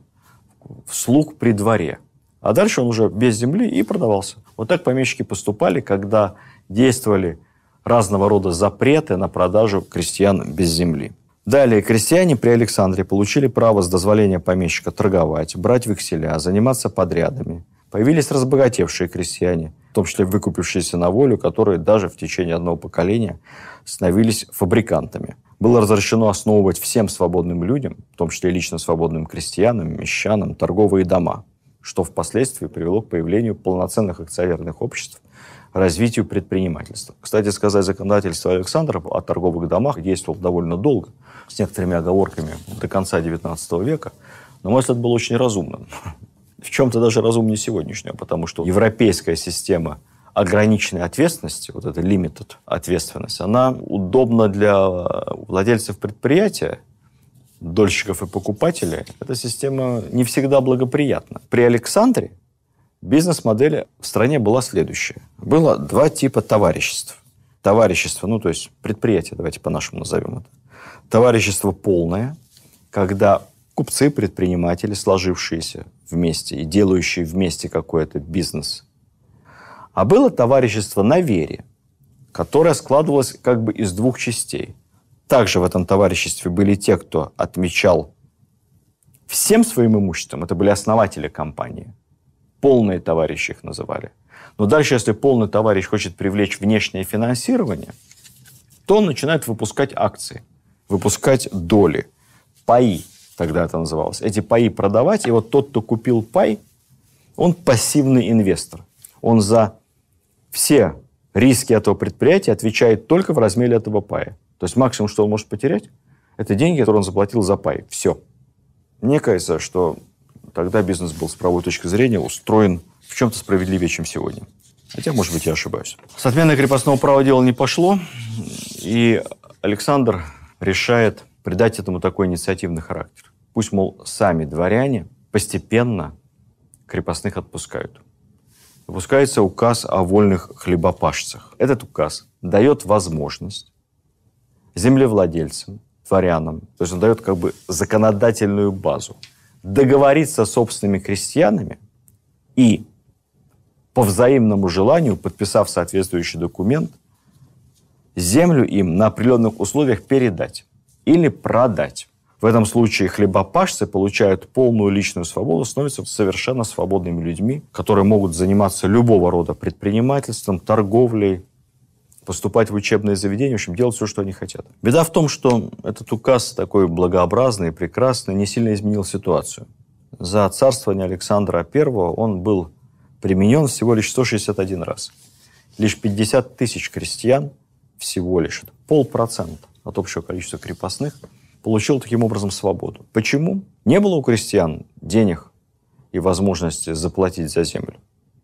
S2: В слуг при дворе. А дальше он уже без земли и продавался. Вот так помещики поступали, когда действовали разного рода запреты на продажу крестьян без земли. Далее, крестьяне при Александре получили право с дозволения помещика торговать, брать векселя, заниматься подрядами. Появились разбогатевшие крестьяне, в том числе выкупившиеся на волю, которые даже в течение одного поколения становились фабрикантами. Было разрешено основывать всем свободным людям, в том числе лично свободным крестьянам, мещанам, торговые дома, что впоследствии привело к появлению полноценных акционерных обществ, развитию предпринимательства. Кстати сказать, законодательство Александра о торговых домах действовало довольно долго, с некоторыми оговорками до конца девятнадцатого века, но, на мой взгляд, было очень разумным. В чем-то даже разумнее сегодняшнего, потому что европейская система ограниченной ответственности, вот эта limited ответственность, она удобна для владельцев предприятия, дольщиков и покупателей. Эта система не всегда благоприятна. При Александре Бизнес-модель в стране была следующая. Было два типа товариществ. Товарищество, ну, то есть предприятие, давайте по-нашему назовем это. Товарищество полное, когда купцы, предприниматели, сложившиеся вместе и делающие вместе какой-то бизнес. А было товарищество на вере, которое складывалось как бы из двух частей. Также в этом товариществе были те, кто отмечал всем своим имуществом. Это были основатели компании. Полные товарищи их называли. Но дальше, если полный товарищ хочет привлечь внешнее финансирование, то он начинает выпускать акции, выпускать доли, паи, тогда это называлось. Эти паи продавать, и вот тот, кто купил пай, он пассивный инвестор. Он за все риски этого предприятия отвечает только в размере этого пая. То есть максимум, что он может потерять, это деньги, которые он заплатил за пай. Все. Мне кажется, что тогда бизнес был с правовой точки зрения устроен в чем-то справедливее, чем сегодня. Хотя, может быть, я ошибаюсь. С отменой крепостного права дело не пошло, и Александр решает придать этому такой инициативный характер. Пусть, мол, сами дворяне постепенно крепостных отпускают. Выпускается указ о вольных хлебопашцах. Этот указ дает возможность землевладельцам, дворянам, то есть он дает как бы законодательную базу, договориться с собственными крестьянами и по взаимному желанию, подписав соответствующий документ, землю им на определенных условиях передать или продать. В этом случае хлебопашцы получают полную личную свободу, становятся совершенно свободными людьми, которые могут заниматься любого рода предпринимательством, торговлей, поступать в учебные заведения, в общем, делать все, что они хотят. Беда в том, что этот указ такой благообразный и прекрасный не сильно изменил ситуацию. За царствование Александра Первого он был применен всего лишь сто шестьдесят один раз. Лишь пятьдесят тысяч крестьян, всего лишь, полпроцента от общего количества крепостных, получил таким образом свободу. Почему? Не было у крестьян денег и возможности заплатить за землю.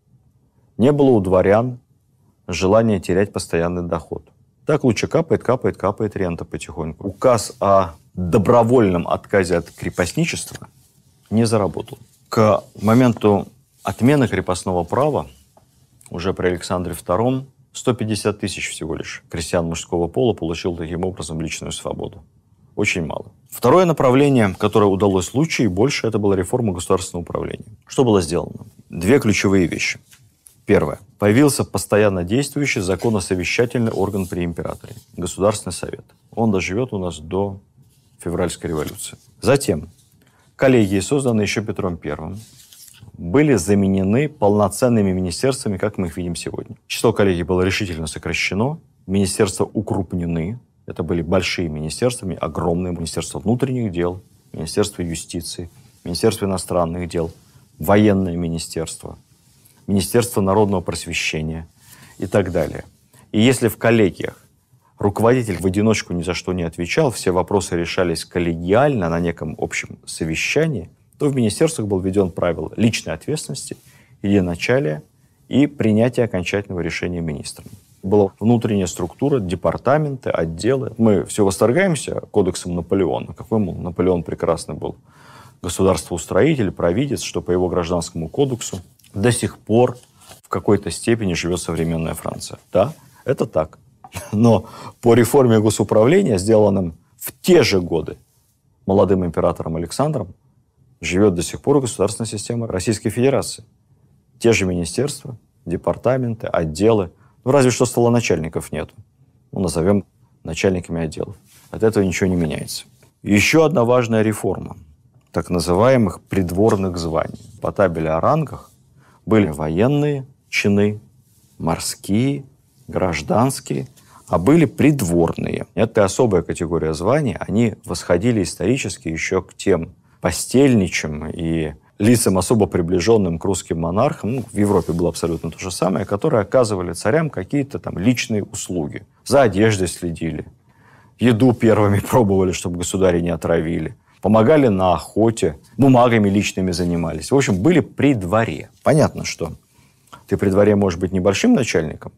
S2: Не было у дворян желания терять постоянный доход. Так лучше капает, капает, капает рента потихоньку. Указ о добровольном отказе от крепостничества не заработал. К моменту отмены крепостного права уже при Александре Втором сто пятьдесят тысяч всего лишь крестьян мужского пола получил таким образом личную свободу. Очень мало. Второе направление, которое удалось лучше и больше, это была реформа государственного управления. Что было сделано? Две ключевые вещи. Первое. Появился постоянно действующий законосовещательный орган при императоре. Государственный совет. Он доживет у нас до февральской революции. Затем коллегии, созданные еще Петром Первым, были заменены полноценными министерствами, как мы их видим сегодня. Число коллегий было решительно сокращено, министерства укрупнены. Это были большие министерства, огромные министерства внутренних дел, министерство юстиции, министерство иностранных дел, военное министерство, министерство народного просвещения и так далее. И если в коллегиях руководитель в одиночку ни за что не отвечал, все вопросы решались коллегиально на неком общем совещании, то в министерствах был введен правило личной ответственности, единоначалия и принятия окончательного решения министрами. Была внутренняя структура, департаменты, отделы. Мы все восторгаемся кодексом Наполеона. Какой, мол, Наполеон прекрасный был государствоустроитель, провидец, что по его гражданскому кодексу до сих пор в какой-то степени живет современная Франция. Да, это так. Но по реформе госуправления, сделанным в те же годы молодым императором Александром, живет до сих пор государственная система Российской Федерации. Те же министерства, департаменты, отделы. Ну, разве что столоначальников нету. Ну, назовем начальниками отделов. От этого ничего не меняется. Еще одна важная реформа так называемых придворных званий. По табели о рангах были военные чины, морские, гражданские, а были придворные. Это особая категория званий. Они восходили исторически еще к тем постельничим и лицам, особо приближенным к русским монархам, ну, в Европе было абсолютно то же самое, которые оказывали царям какие-то там личные услуги. За одеждой следили, еду первыми пробовали, чтобы государи не отравили, помогали на охоте, бумагами личными занимались. В общем, были при дворе. Понятно, что ты при дворе можешь быть небольшим начальником,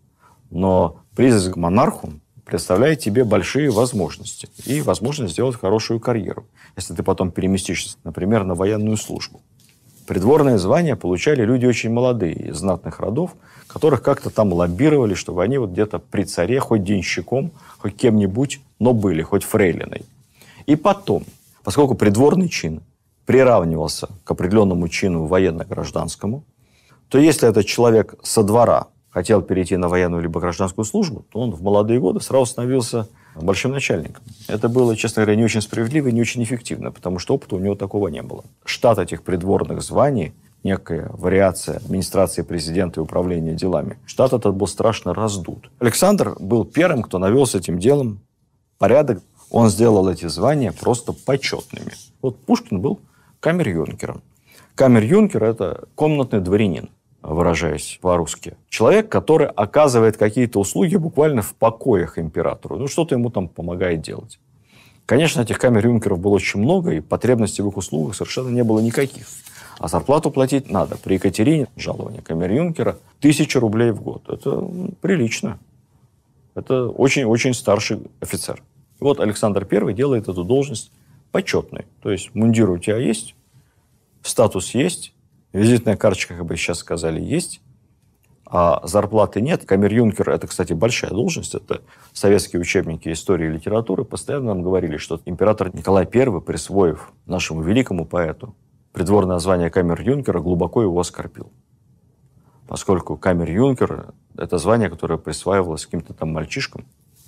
S2: но близость к монарху представляет тебе большие возможности и возможность сделать хорошую карьеру, если ты потом переместишься, например, на военную службу. Придворное звание получали люди очень молодые, из знатных родов, которых как-то там лоббировали, чтобы они вот где-то при царе, хоть денщиком, хоть кем-нибудь, но были, хоть фрейлиной. И потом, поскольку придворный чин приравнивался к определенному чину военно-гражданскому, то если этот человек со двора хотел перейти на военную либо гражданскую службу, то он в молодые годы сразу становился большим начальником. Это было, честно говоря, не очень справедливо и не очень эффективно, потому что опыта у него такого не было. Штат этих придворных званий, некая вариация администрации президента и управления делами, штат этот был страшно раздут. Александр был первым, кто навел с этим делом порядок. Он сделал эти звания просто почетными. Вот Пушкин был камер-юнкером. Камер-юнкер – это комнатный дворянин, выражаясь по-русски. Человек, который оказывает какие-то услуги буквально в покоях императору. Ну, что-то ему там помогает делать. Конечно, этих камер-юнкеров было очень много, и потребностей в их услугах совершенно не было никаких. А зарплату платить надо. При Екатерине жалование камер-юнкера тысяча рублей в год. Это прилично. Это очень-очень старший офицер. И вот Александр Первый делает эту должность почетной. То есть мундир у тебя есть, статус есть, визитная карточка, как бы сейчас сказали, есть, а зарплаты нет. Камер-юнкер – это, кстати, большая должность. Это советские учебники истории и литературы постоянно нам говорили, что император Николай Первый, присвоив нашему великому поэту придворное звание камер-юнкера, глубоко его оскорбил. Поскольку камер-юнкер – это звание, которое присваивалось каким-то там мальчишкам.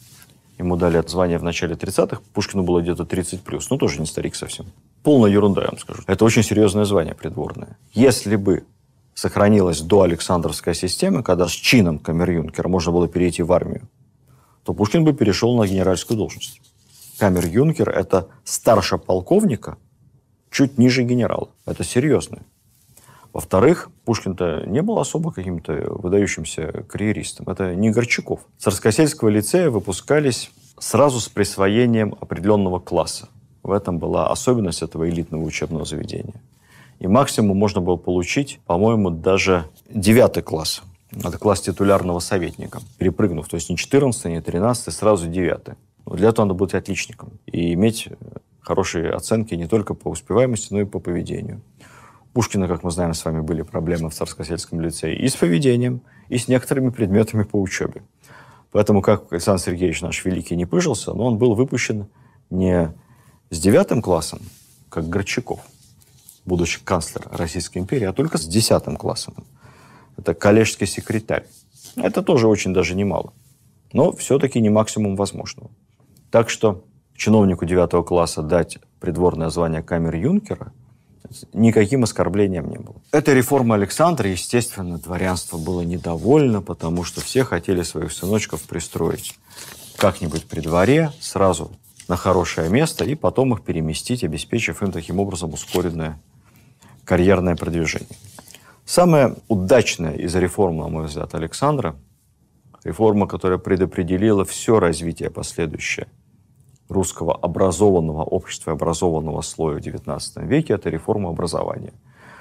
S2: Ему дали это звание в начале тридцатых, Пушкину было где-то тридцать плюс. Ну, тоже не старик совсем. Полная ерунда, я вам скажу. Это очень серьезное звание придворное. Если бы сохранилась доалександровская система, когда с чином камер-юнкера можно было перейти в армию, то Пушкин бы перешел на генеральскую должность. Камер-юнкер – это старше полковника, чуть ниже генерала. Это серьезно. Во-вторых, Пушкин-то не был особо каким-то выдающимся карьеристом. Это не Горчаков. С Царскосельского лицея выпускались сразу с присвоением определенного класса. В этом была особенность этого элитного учебного заведения. И максимум можно было получить, по-моему, даже девятый класс. Это класс титулярного советника. Перепрыгнув, то есть не четырнадцатый, не тринадцатый, сразу девятый. Для этого надо быть отличником. И иметь хорошие оценки не только по успеваемости, но и по поведению. У Пушкина, как мы знаем с вами, были проблемы в Царскосельском лицее и с поведением, и с некоторыми предметами по учебе. Поэтому, как Александр Сергеевич наш великий не пыжился, но он был выпущен не с девятым классом, как Горчаков, будущий канцлер Российской империи, а только с десятым классом. Это коллежский секретарь. Это тоже очень даже немало. Но все-таки не максимум возможного. Так что чиновнику девятого класса дать придворное звание камер-юнкера никаким оскорблением не было. Этой реформой Александра, естественно, дворянство было недовольно, потому что все хотели своих сыночков пристроить как-нибудь при дворе, сразу на хорошее место, и потом их переместить, обеспечив им таким образом ускоренное карьерное продвижение. Самая удачная из реформ, на мой взгляд, Александра, реформа, которая предопределила все развитие последующее русского образованного общества, образованного слоя в девятнадцатом веке, это реформа образования.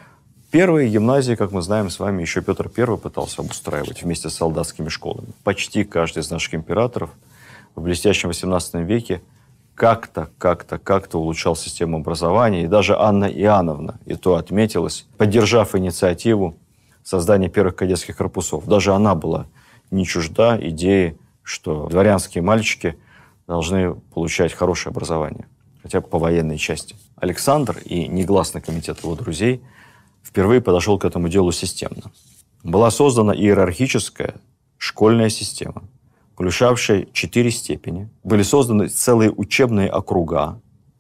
S2: Первые гимназии, как мы знаем с вами, еще Петр Первый пытался обустраивать вместе с солдатскими школами. Почти каждый из наших императоров в блестящем восемнадцатом веке как-то, как-то, как-то улучшал систему образования. И даже Анна Иоанновна, и то отметилась, поддержав инициативу создания первых кадетских корпусов. Даже она была не чужда идеи, что дворянские мальчики должны получать хорошее образование, хотя бы по военной части. Александр и негласный комитет его друзей впервые подошел к этому делу системно. Была создана иерархическая школьная система, включавшая четыре степени. Были созданы целые учебные округа.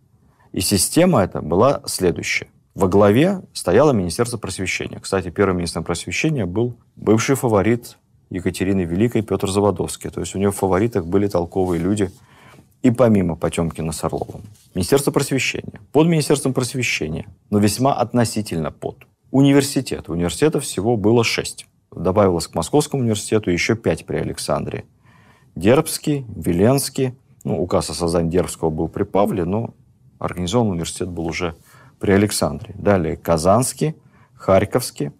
S2: И система эта была следующая. Во главе стояло Министерство просвещения. Кстати, первым министром просвещения был бывший фаворит Екатерины Великой Петр Заводовский. То есть у него в фаворитах были толковые люди и помимо Потемкина с Орловым. Министерство просвещения. Под Министерством просвещения, но весьма относительно под. Университет. Университетов всего было шесть. Добавилось к Московскому университету еще пять при Александре. Дербский, Веленский. Ну, указ о создании Дербского был при Павле, но организован университет был уже при Александре. Далее Казанский, Харьковский,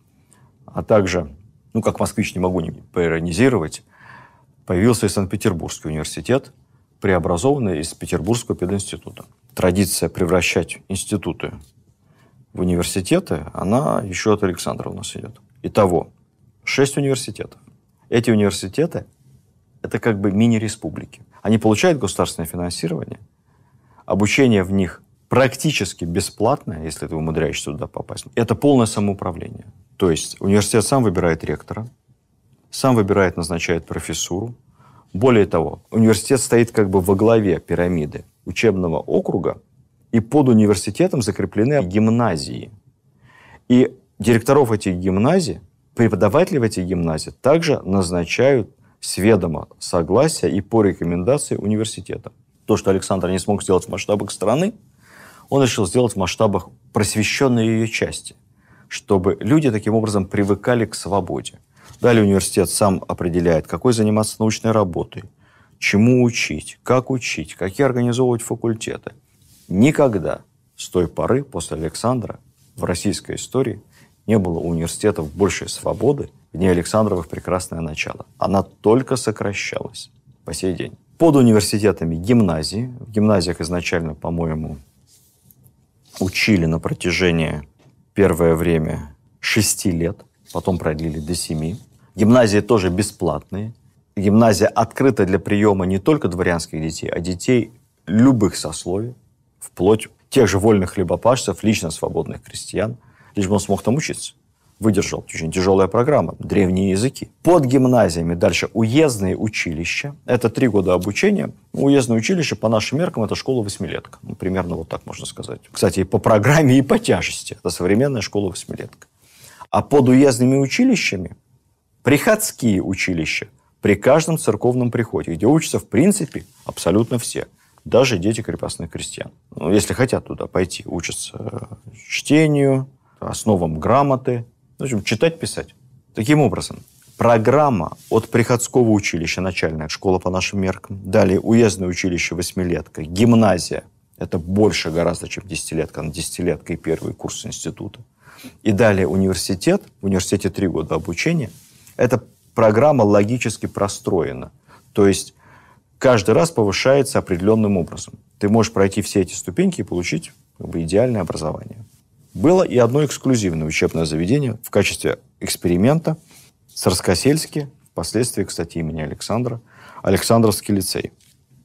S2: а также, ну, как москвич не могу не поиронизировать, появился и Санкт-Петербургский университет, преобразованный из Петербургского пединститута. Традиция превращать институты в университеты, она еще от Александра у нас идет. Итого, шесть университетов. Эти университеты – это как бы мини-республики. Они получают государственное финансирование, обучение в них практически бесплатное, если ты умудряешься туда попасть. Это полное самоуправление. То есть университет сам выбирает ректора, сам выбирает, назначает профессуру. Более того, университет стоит как бы во главе пирамиды учебного округа, и под университетом закреплены гимназии. И директоров этих гимназий, преподаватели в этих гимназиях также назначают с ведома согласия и по рекомендации университета. То, что Александр не смог сделать в масштабах страны, он решил сделать в масштабах просвещенной ее части, чтобы люди таким образом привыкали к свободе. Далее университет сам определяет, какой заниматься научной работой, чему учить, как учить, какие организовывать факультеты. Никогда с той поры, после Александра, в российской истории не было у университетов большей свободы в дни Александровых прекрасное начало. Она только сокращалась по сей день. Под университетами гимназии. В гимназиях изначально, по-моему, учили на протяжении первое время шести лет, потом продлили до семи. Гимназии тоже бесплатные. Гимназия открыта для приема не только дворянских детей, а детей любых сословий, вплоть тех же вольных хлебопашцев, лично свободных крестьян, лишь бы он смог там учиться. Выдержал. Очень тяжелая программа. Древние языки. Под гимназиями дальше уездные училища. Это три года обучения. Уездное училище, по нашим меркам, это школа-восьмилетка. Ну, примерно вот так можно сказать. Кстати, и по программе, и по тяжести. Это современная школа-восьмилетка. А под уездными училищами приходские училища при каждом церковном приходе, где учатся, в принципе, абсолютно все. Даже дети крепостных крестьян. Ну, если хотят туда пойти, учатся чтению, основам грамоты, в общем, читать, писать. Таким образом, программа от приходского училища, начальная школа по нашим меркам, далее уездное училище восьмилетка, гимназия, это больше гораздо, чем десятилетка, она десятилетка и первый курс института. И далее университет, в университете три года обучения, эта программа логически простроена. То есть каждый раз повышается определенным образом. Ты можешь пройти все эти ступеньки и получить как бы идеальное образование. Было и одно эксклюзивное учебное заведение в качестве эксперимента – Царскосельский, впоследствии, кстати, имени Александра, Александровский лицей.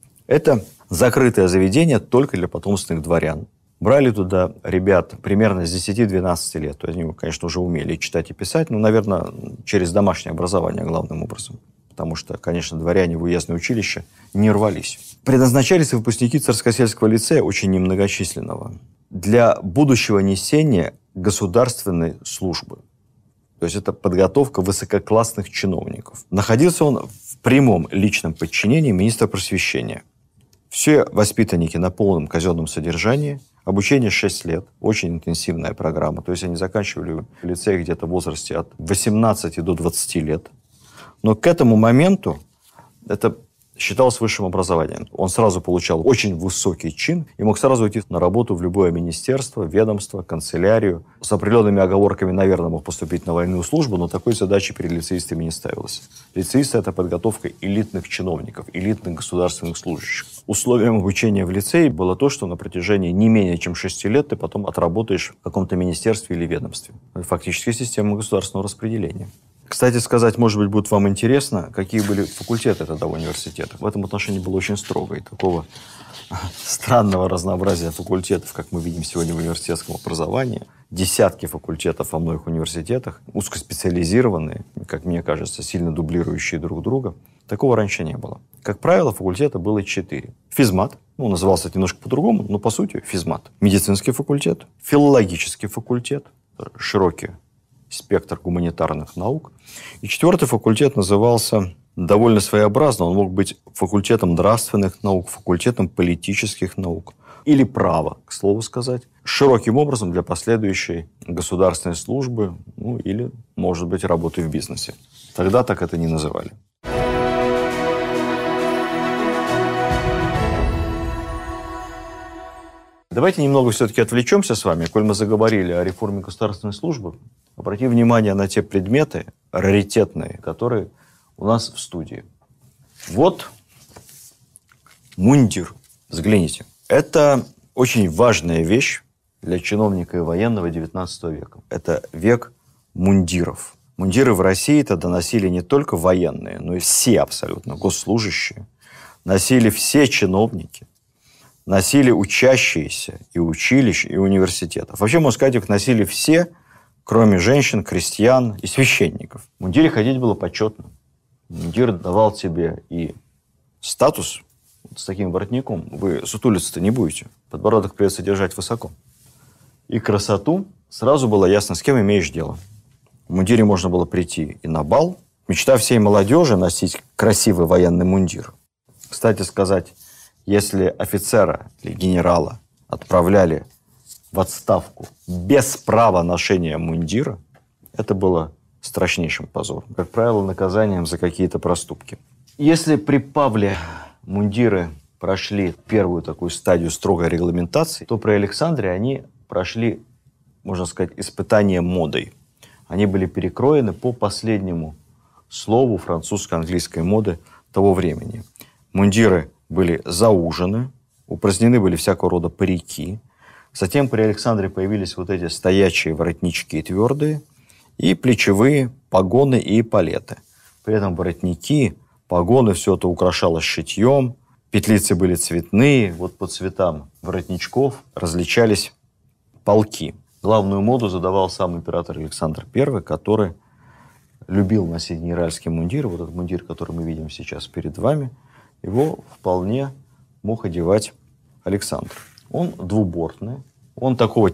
S2: Это закрытое заведение только для потомственных дворян. Брали туда ребят примерно с десяти-двенадцати лет. То есть они, конечно, уже умели читать и писать, но, наверное, через домашнее образование главным образом. Потому что, конечно, дворяне в уездное училище не рвались. Предназначались выпускники Царскосельского лицея, очень немногочисленного, для будущего несения государственной службы. То есть это подготовка высококлассных чиновников. Находился он в прямом личном подчинении министра просвещения. Все воспитанники на полном казенном содержании, обучение шесть лет, очень интенсивная программа. То есть они заканчивали лицей где-то в возрасте от восемнадцати до двадцати лет. Но к этому моменту это считалось высшим образованием. Он сразу получал очень высокий чин и мог сразу идти на работу в любое министерство, ведомство, канцелярию. С определенными оговорками, наверное, мог поступить на военную службу, но такой задачи перед лицеистами не ставилось. Лицеисты – это подготовка элитных чиновников, элитных государственных служащих. Условием обучения в лицее было то, что на протяжении не менее чем шести лет ты потом отработаешь в каком-то министерстве или ведомстве. Это фактически система государственного распределения. Кстати сказать, может быть, будет вам интересно, какие были факультеты тогда в университетах. В этом отношении было очень строго. И такого странного разнообразия факультетов, как мы видим сегодня в университетском образовании, десятки факультетов во многих университетах, узкоспециализированные, как мне кажется, сильно дублирующие друг друга, такого раньше не было. Как правило, факультета было четыре. Физмат, ну, назывался это немножко по-другому, но по сути физмат. Медицинский факультет, филологический факультет, широкий спектр гуманитарных наук. И четвертый факультет назывался довольно своеобразно. Он мог быть факультетом нравственных наук, факультетом политических наук или права, к слову сказать, широким образом для последующей государственной службы, ну, или, может быть, работы в бизнесе. Тогда так это не называли. Давайте немного все-таки отвлечемся с вами, коль мы заговорили о реформе государственной службы. Обратим внимание на те предметы раритетные, которые у нас в студии. Вот мундир. Взгляните. Это очень важная вещь для чиновника и военного девятнадцатого века. Это век мундиров. Мундиры в России тогда носили не только военные, но и все абсолютно госслужащие. Носили все чиновники. Носили учащиеся и училищ, и университетов. Вообще, можно сказать, их носили все, кроме женщин, крестьян и священников. В мундире ходить было почетно. Мундир давал тебе и статус. Вот с таким воротником вы сутулиться-то не будете. Подбородок придется держать высоко. И красоту. Сразу было ясно, с кем имеешь дело. В мундире можно было прийти и на бал. Мечта всей молодежи – носить красивый военный мундир. Кстати сказать, если офицера или генерала отправляли в отставку без права ношения мундира, это было страшнейшим позором. Как правило, наказанием за какие-то проступки. Если при Павле мундиры прошли первую такую стадию строгой регламентации, то при Александре они прошли, можно сказать, испытание модой. Они были перекроены по последнему слову французско-английской моды того времени. Мундиры были заужены, упразднены были всякого рода парики. Затем при Александре появились вот эти стоячие воротнички твердые и плечевые погоны и эполеты. При этом воротники, погоны, все это украшалось шитьем, петлицы были цветные, вот по цветам воротничков различались полки. Главную моду задавал сам император Александр Первый, который любил носить генеральский мундир. Вот этот мундир, который мы видим сейчас перед вами, его вполне мог одевать Александр. Он двубортный, он такого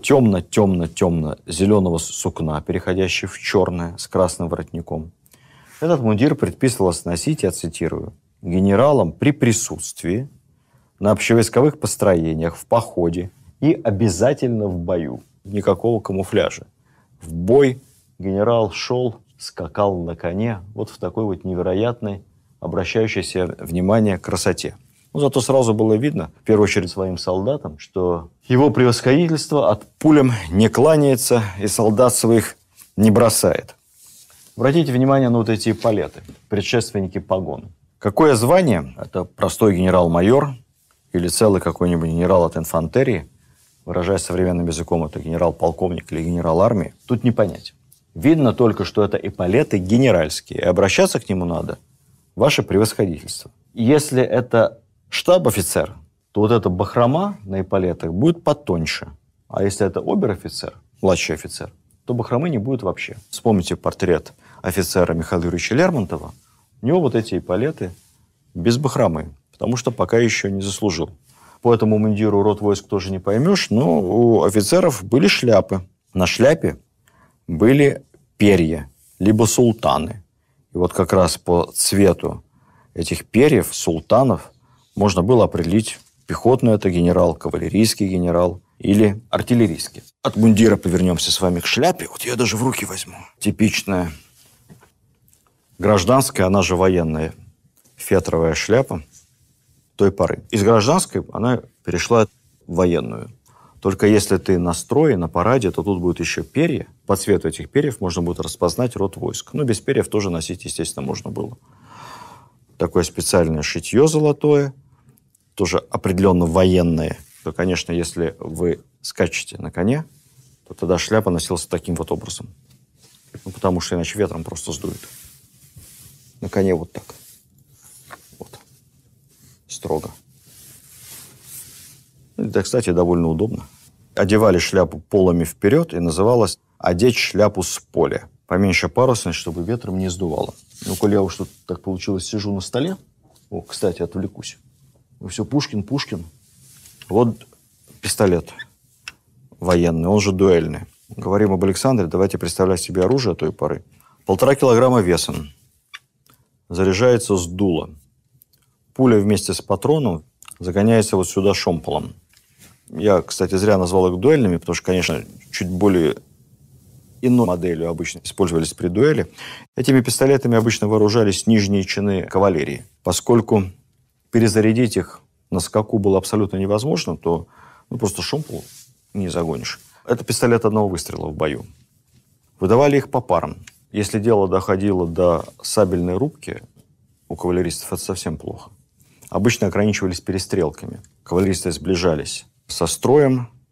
S2: темно-темно-темно-зеленого сукна, переходящий в черное, с красным воротником. Этот мундир предписывалось носить, я цитирую, генералам при присутствии, на общевойсковых построениях, в походе и обязательно в бою. Никакого камуфляжа. В бой генерал шел, скакал на коне, вот в такой вот невероятной, обращающейся внимание красоте. Но зато сразу было видно, в первую очередь своим солдатам, что его превосходительство от пулям не кланяется и солдат своих не бросает. Обратите внимание на вот эти эполеты, предшественники погон. Какое звание? Это простой генерал-майор или целый какой-нибудь генерал от инфантерии, выражаясь современным языком, это генерал-полковник или генерал армии, тут не понять. Видно только, что это эполеты генеральские, и обращаться к нему надо ваше превосходительство. Если это штаб-офицер, то вот эта бахрома на эполетах будет потоньше. А если это обер-офицер, младший офицер, то бахромы не будет вообще. Вспомните портрет офицера Михаила Юрьевича Лермонтова. У него вот эти эполеты без бахромы, потому что пока еще не заслужил. По этому мундиру род войск тоже не поймешь, но у офицеров были шляпы. На шляпе были перья, либо султаны. И вот как раз по цвету этих перьев, султанов, можно было определить, пехотный это генерал, кавалерийский генерал или артиллерийский. От мундира повернемся с вами к шляпе. Вот я даже в руки возьму. Типичная гражданская, она же военная, фетровая шляпа той поры. Из гражданской она перешла в военную. Только если ты на строе, на параде, то тут будут еще перья. По цвету этих перьев можно будет распознать род войск. Но без перьев тоже носить, естественно, можно было. Такое специальное шитье золотое, тоже определенно военное. То, конечно, если вы скачете на коне, то тогда шляпа носилась таким вот образом. Ну, потому что иначе ветром просто сдует. На коне вот так. Вот. Строго. Это, кстати, довольно удобно. Одевали шляпу полами вперед, и называлось «одеть шляпу с поля». Поменьше парусность, чтобы ветром не сдувало. Ну, коли я уж тут так получилось, сижу на столе. О, кстати, отвлекусь. Ну, все, Пушкин, Пушкин. Вот пистолет военный, он же дуэльный. Говорим об Александре, давайте представлять себе оружие той поры. Полтора килограмма весом. Заряжается с дула. Пуля вместе с патроном загоняется вот сюда шомполом. Я, кстати, зря назвал их дуэльными, потому что, конечно, чуть более иной моделью обычно использовались при дуэли. Этими пистолетами обычно вооружались нижние чины кавалерии. Поскольку перезарядить их на скаку было абсолютно невозможно, то ну, просто шомпол не загонишь. Это пистолет одного выстрела в бою. Выдавали их по парам. Если дело доходило до сабельной рубки, у кавалеристов это совсем плохо. Обычно ограничивались перестрелками. Кавалеристы сближались со строем,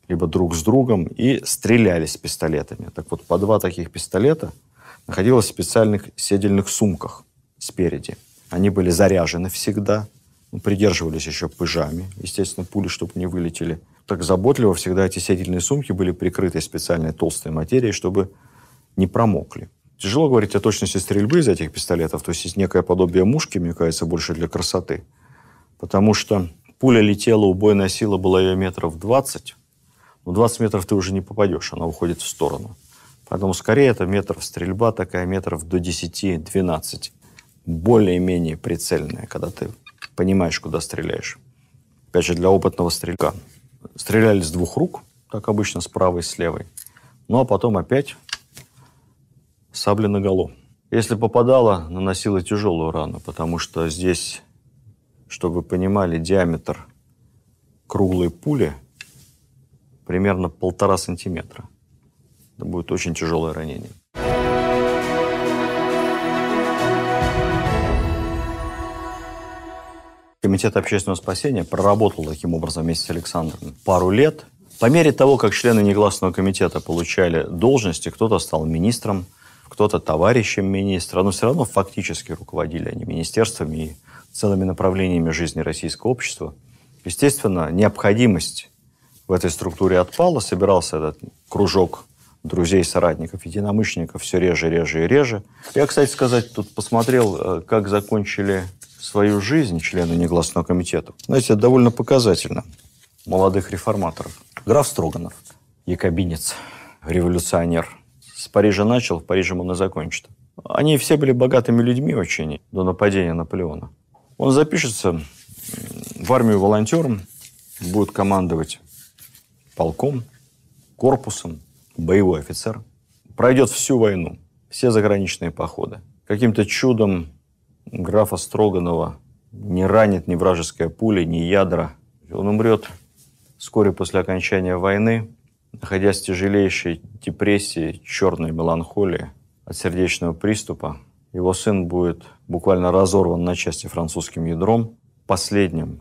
S2: либо друг с другом и стрелялись пистолетами. Так вот, по два таких пистолета находилось в специальных седельных сумках спереди. Они были заряжены всегда, придерживались еще пыжами, естественно, пули, чтобы не вылетели. Так заботливо всегда эти седельные сумки были прикрыты специальной толстой материей, чтобы не промокли. Тяжело говорить о точности стрельбы из этих пистолетов, то есть есть некое подобие мушки, мне кажется, больше для красоты. Потому что пуля летела, убойная сила была ее метров двадцать, но двадцать метров ты уже не попадешь, она уходит в сторону. Поэтому скорее это метров стрельба такая, метров до десяти-двенадцати. Более-менее прицельная, когда ты понимаешь, куда стреляешь. Опять же, для опытного стрелька. Стреляли с двух рук, как обычно, с правой и с левой. Ну, а потом опять сабля наголо. Если попадала, наносила тяжелую рану, потому что здесь, чтобы вы понимали, диаметр круглой пули примерно полтора сантиметра. Это будет очень тяжелое ранение. Комитет общественного спасения проработал таким образом вместе с Александром пару лет. По мере того, как члены негласного комитета получали должности, кто-то стал министром, кто-то товарищем министра, но все равно фактически руководили они министерствами и целыми направлениями жизни российского общества. Естественно, необходимость в этой структуре отпала, собирался этот кружок друзей, соратников, единомышленников все реже, реже и реже. Я, кстати сказать, тут посмотрел, как закончили свою жизнь члены негласного комитета. Знаете, это довольно показательно. Молодых реформаторов. Граф Строганов, якобинец, революционер. С Парижа начал, в Париже он и закончит. Они все были богатыми людьми очень до нападения Наполеона. Он запишется в армию волонтером, будет командовать полком, корпусом, боевой офицер. Пройдет всю войну, все заграничные походы. Каким-то чудом графа Строганова не ранит ни вражеская пуля, ни ядра. Он умрет вскоре после окончания войны, находясь в тяжелейшей депрессии, черной меланхолии от сердечного приступа. Его сын будет буквально разорван на части французским ядром. Последним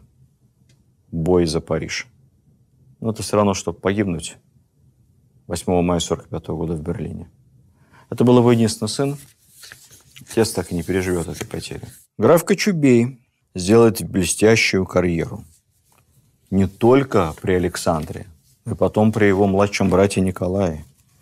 S2: бой за Париж. Но это все равно, что погибнуть восьмого мая сорок пятого года в Берлине. Это был его единственный сын. Отец так и не переживет этой потери. Граф Кочубей сделает блестящую карьеру. Не только при Александре, но и потом при его младшем брате Николае.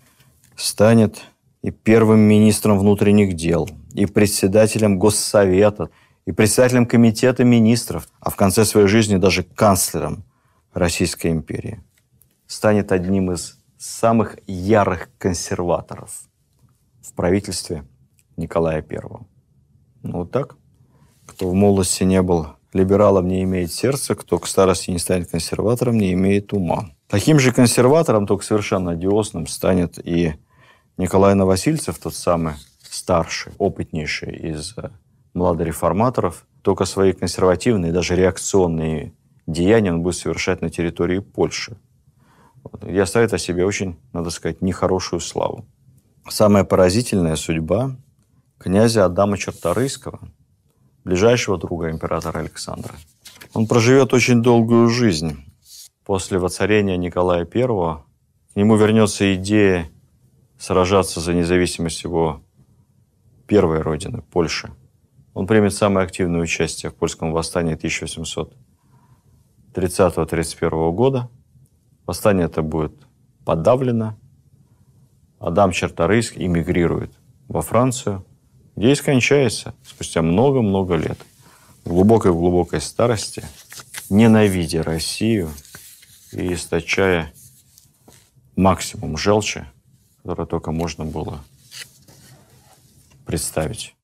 S2: Станет и первым министром внутренних дел, и председателем Госсовета, и председателем комитета министров, а в конце своей жизни даже канцлером Российской империи. Станет одним из самых ярых консерваторов в правительстве Николая Первого. Ну вот так. Кто в молодости не был либералом, не имеет сердца, кто к старости не станет консерватором, не имеет ума. Таким же консерватором, только совершенно одиозным, станет и Николай Новосильцев, тот самый старший, опытнейший из младореформаторов. Только свои консервативные, даже реакционные деяния он будет совершать на территории Польши. Вот. И оставит о себе очень, надо сказать, нехорошую славу. Самая поразительная судьба князя Адама Черторийского, ближайшего друга императора Александра. Он проживет очень долгую жизнь. После воцарения Николая Первого к нему вернется идея сражаться за независимость его первой родины, Польши. Он примет самое активное участие в польском восстании тысяча восемьсот тридцатого — тридцать первого года. Восстание это будет подавлено. Адам Черторийский эмигрирует во Францию, где и скончается спустя много-много лет. В глубокой-глубокой старости, ненавидя Россию и источая максимум желчи, который только можно было представить.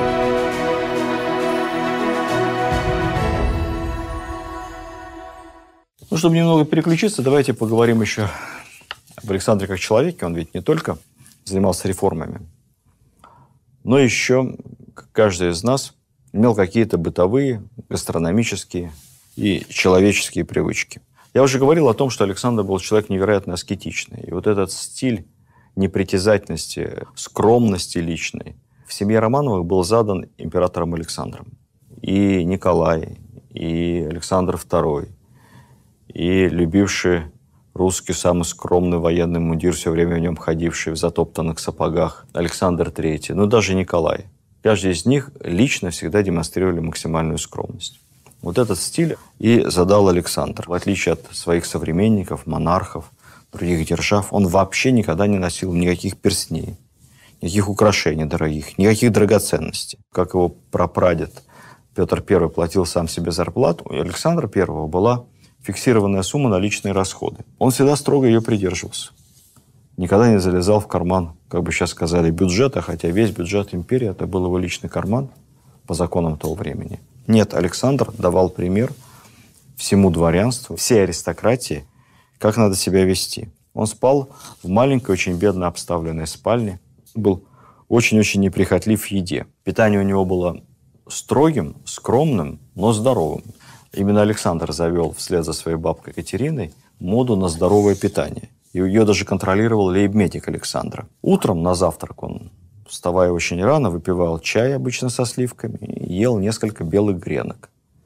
S2: Ну, чтобы немного переключиться, давайте поговорим еще об Александре как человеке. Он ведь не только занимался реформами, но еще, как каждый из нас, имел какие-то бытовые, гастрономические и человеческие привычки. Я уже говорил о том, что Александр был человек невероятно аскетичный. И вот этот стиль непритязательности, скромности личной в семье Романовых был задан императором Александром. И Николай, и Александр Второй, и любивший русский самый скромный военный мундир, все время в нем ходивший в затоптанных сапогах, Александр Третий, ну даже Николай. Каждый из них лично всегда демонстрировали максимальную скромность. Вот этот стиль и задал Александр. В отличие от своих современников, монархов, других держав, он вообще никогда не носил никаких перстней, никаких украшений дорогих, никаких драгоценностей. Как его прапрадед Петр Первый платил сам себе зарплату, у Александра Первого была фиксированная сумма на личные расходы. Он всегда строго ее придерживался. Никогда не залезал в карман, как бы сейчас сказали, бюджета, хотя весь бюджет империи – это был его личный карман по законам того времени. Нет, Александр давал пример всему дворянству, всей аристократии, как надо себя вести. Он спал в маленькой, очень бедно обставленной спальне, был очень-очень неприхотлив в еде. Питание у него было строгим, скромным, но здоровым. Именно Александр завел вслед за своей бабкой Екатериной моду на здоровое питание. И ее даже контролировал лейб-медик Александра. Утром на завтрак он, вставая очень рано, выпивал чай обычно со сливками и ел несколько белых гренок.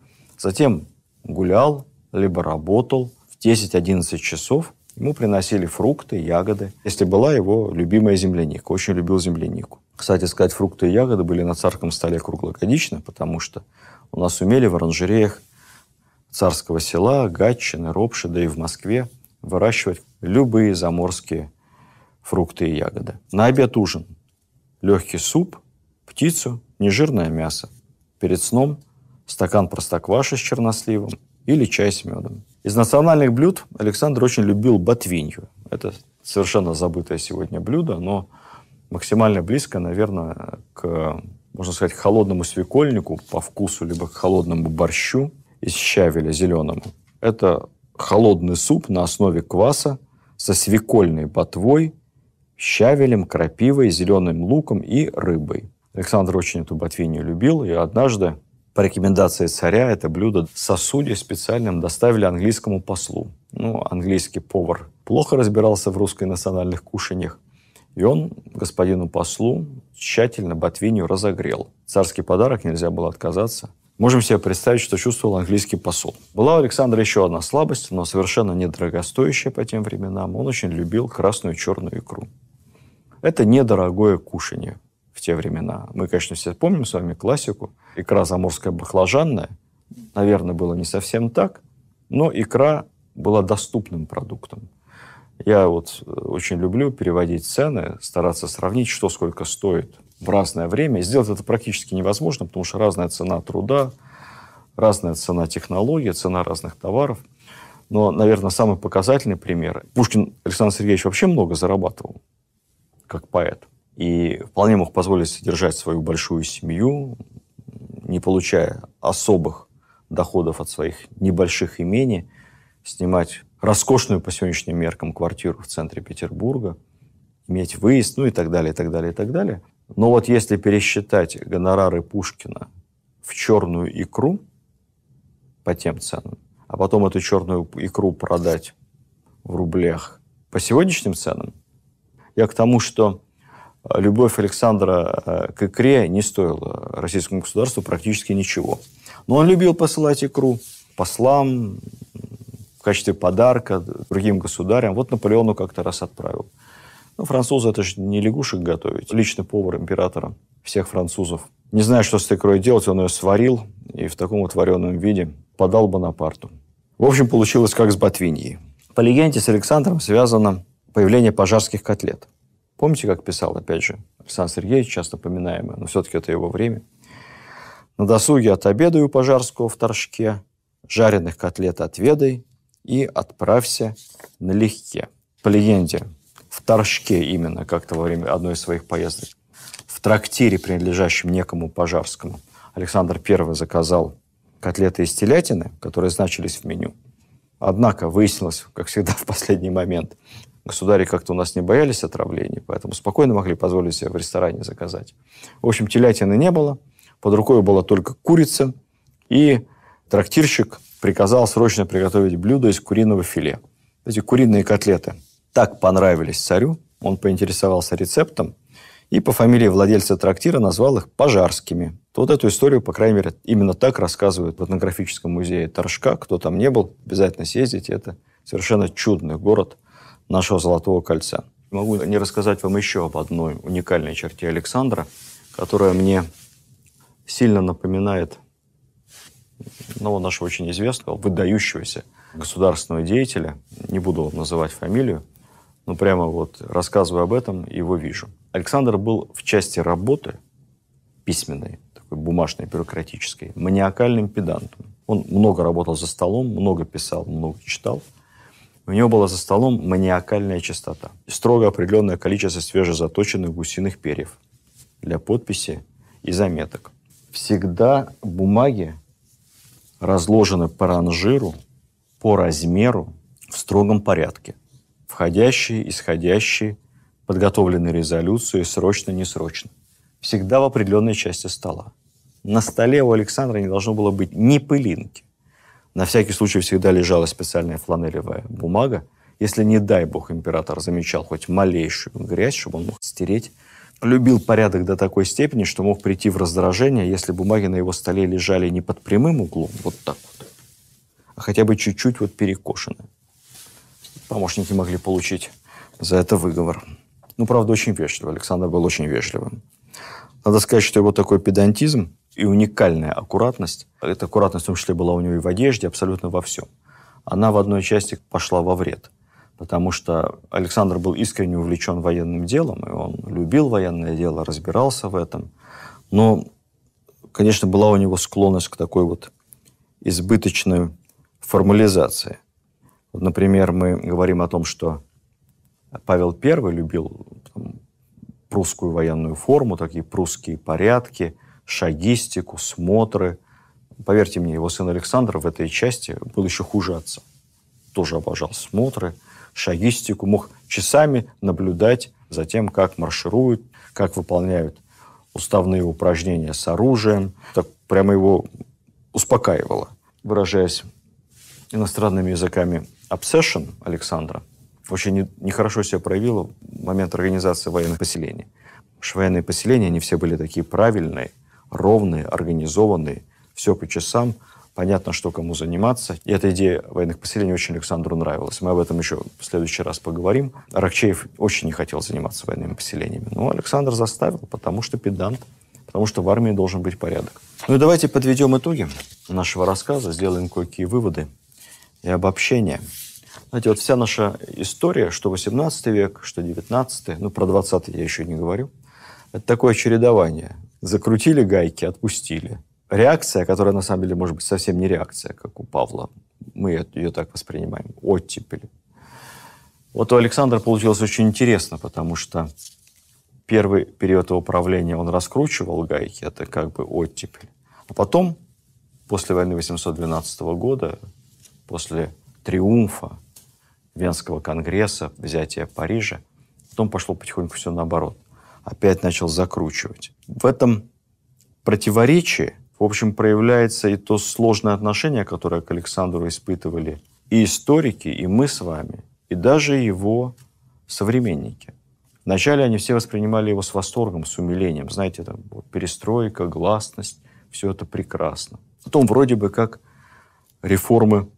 S2: Затем гулял, либо работал. В десять-одиннадцать часов ему приносили фрукты, ягоды. Если была его любимая земляника, очень любил землянику. Кстати сказать, фрукты и ягоды были на царском столе круглогодично, потому что у нас умели в оранжереях царского села, Гатчины, Ропши, да и в Москве выращивать любые заморские фрукты и ягоды. На обед ужин легкий суп, птицу, нежирное мясо. Перед сном стакан простокваши с черносливом или чай с медом. Из национальных блюд Александр очень любил ботвинью. Это совершенно забытое сегодня блюдо, но максимально близко, наверное, к, можно сказать, к холодному свекольнику по вкусу, либо к холодному борщу из щавеля зеленому. Это холодный суп на основе кваса со свекольной ботвой, щавелем, крапивой, зеленым луком и рыбой. Александр очень эту ботвинью любил, и однажды по рекомендации царя это блюдо в сосуде специальном доставили английскому послу. Ну, английский повар плохо разбирался в русско-национальных кушаньях, и он господину послу тщательно ботвинью разогрел. Царский подарок, нельзя было отказаться. Можем себе представить, что чувствовал английский посол. Была у Александра еще одна слабость, но совершенно недорогостоящая по тем временам. Он очень любил красную и черную икру. Это недорогое кушанье в те времена. Мы, конечно, все помним с вами классику. Икра заморская баклажанная. Наверное, было не совсем так, но икра была доступным продуктом. Я вот очень люблю переводить цены, стараться сравнить, что сколько стоит в разное время. И сделать это практически невозможно, потому что разная цена труда, разная цена технологий, цена разных товаров. Но, наверное, самый показательный пример. Пушкин Александр Сергеевич вообще много зарабатывал, как поэт. И вполне мог позволить содержать свою большую семью, не получая особых доходов от своих небольших имений, снимать роскошную по сегодняшним меркам квартиру в центре Петербурга, иметь выезд, ну и так далее, и так далее, и так далее. Но вот если пересчитать гонорары Пушкина в черную икру по тем ценам, а потом эту черную икру продать в рублях по сегодняшним ценам, я к тому, что любовь Александра к икре не стоила российскому государству практически ничего. Но он любил посылать икру послам в качестве подарка другим государям. Вот Наполеону как-то раз отправил. Ну, французы, это же не лягушек готовить. Личный повар императора всех французов. Не знаю, что с этой икрой делать, он ее сварил и в таком вот вареном виде подал Бонапарту. В общем, получилось как с ботвиньей. По легенде, с Александром связано появление пожарских котлет. Помните, как писал, опять же, Александр Сергеевич, часто поминаемый, но все-таки это его время. На досуге отобедай у Пожарского в Торжке, жареных котлет отведай и отправься налегке. По легенде, в Торжке именно, как-то во время одной из своих поездок, в трактире, принадлежащем некому Пожарскому, Александр Первый заказал котлеты из телятины, которые значились в меню. Однако выяснилось, как всегда в последний момент, государи как-то у нас не боялись отравлений, поэтому спокойно могли позволить себе в ресторане заказать. В общем, телятины не было, под рукой была только курица, и трактирщик приказал срочно приготовить блюдо из куриного филе. Эти куриные котлеты так понравились царю, он поинтересовался рецептом, и по фамилии владельца трактира назвал их Пожарскими. То вот эту историю, по крайней мере, именно так рассказывают в этнографическом музее Торжка. Кто там не был, обязательно съездите, это Совершенно чудный город нашего Золотого кольца. Могу не рассказать вам еще об одной уникальной черте Александра, которая мне сильно напоминает одного нашего очень известного, выдающегося государственного деятеля. Не буду вам называть фамилию, но прямо вот рассказывая об этом, его вижу. Александр был в части работы письменной, такой бумажной, бюрократической, маниакальным педантом. Он много работал за столом, много писал, много читал. У него была за столом маниакальная чистота. Строго определенное количество свежезаточенных гусиных перьев для подписи и заметок. Всегда бумаги разложены по ранжиру, по размеру, в строгом порядке. Входящие, исходящие, подготовленные резолюции, срочно-несрочно. Всегда в определенной части стола. На столе у Александра не должно было быть ни пылинки. На всякий случай всегда лежала специальная фланелевая бумага. Если, не дай бог, император замечал хоть малейшую грязь, чтобы он мог стереть. Любил порядок до такой степени, что мог прийти в раздражение, если бумаги на его столе лежали не под прямым углом, вот так вот, а хотя бы чуть-чуть вот перекошены. Помощники могли получить за это выговор. Ну, правда, очень вежливо. Александр был очень вежливым. Надо сказать, что его такой педантизм и уникальная аккуратность, эта аккуратность в том числе была у него и в одежде, абсолютно во всем, она в одной части пошла во вред. Потому что Александр был искренне увлечен военным делом, и он любил военное дело, разбирался в этом. Но, конечно, была у него склонность к такой вот избыточной формализации. Вот, например, мы говорим о том, что Павел Первый любил там, прусскую военную форму, такие прусские порядки, шагистику, смотры. Поверьте мне, его сын Александр в этой части был еще хуже отца. Тоже обожал смотры, шагистику, мог часами наблюдать за тем, как маршируют, как выполняют уставные упражнения с оружием. Так прямо его успокаивало. Выражаясь иностранными языками, obsession Александра очень нехорошо себя проявило в момент организации военных поселений. Потому что военные поселения, они все были такие правильные, ровные, организованные, все по часам. Понятно, что кому заниматься. И эта идея военных поселений очень Александру нравилась. Мы об этом еще в следующий раз поговорим. Аракчеев очень не хотел заниматься военными поселениями. Но Александр заставил, потому что педант, потому что в армии должен быть порядок. Ну и давайте подведем итоги нашего рассказа, сделаем кое-какие выводы и обобщения. Знаете, вот вся наша история, что восемнадцатый век, что девятнадцатый, ну про двадцатый я еще не говорю, это такое чередование. Закрутили гайки, отпустили. Реакция, которая на самом деле может быть совсем не реакция, как у Павла. Мы ее так воспринимаем. Оттепель. Вот у Александра получилось очень интересно, потому что первый период его правления он раскручивал гайки, это как бы оттепель. А потом, после войны восемьсот двенадцатого года, после триумфа Венского конгресса, взятия Парижа, потом пошло потихоньку все наоборот. Опять начал закручивать. В этом противоречии в общем, проявляется и то сложное отношение, которое к Александру испытывали и историки, и мы с вами, и даже его современники. Вначале они все воспринимали его с восторгом, с умилением. Знаете, там вот, перестройка, гласность, все это прекрасно. Потом вроде бы как реформы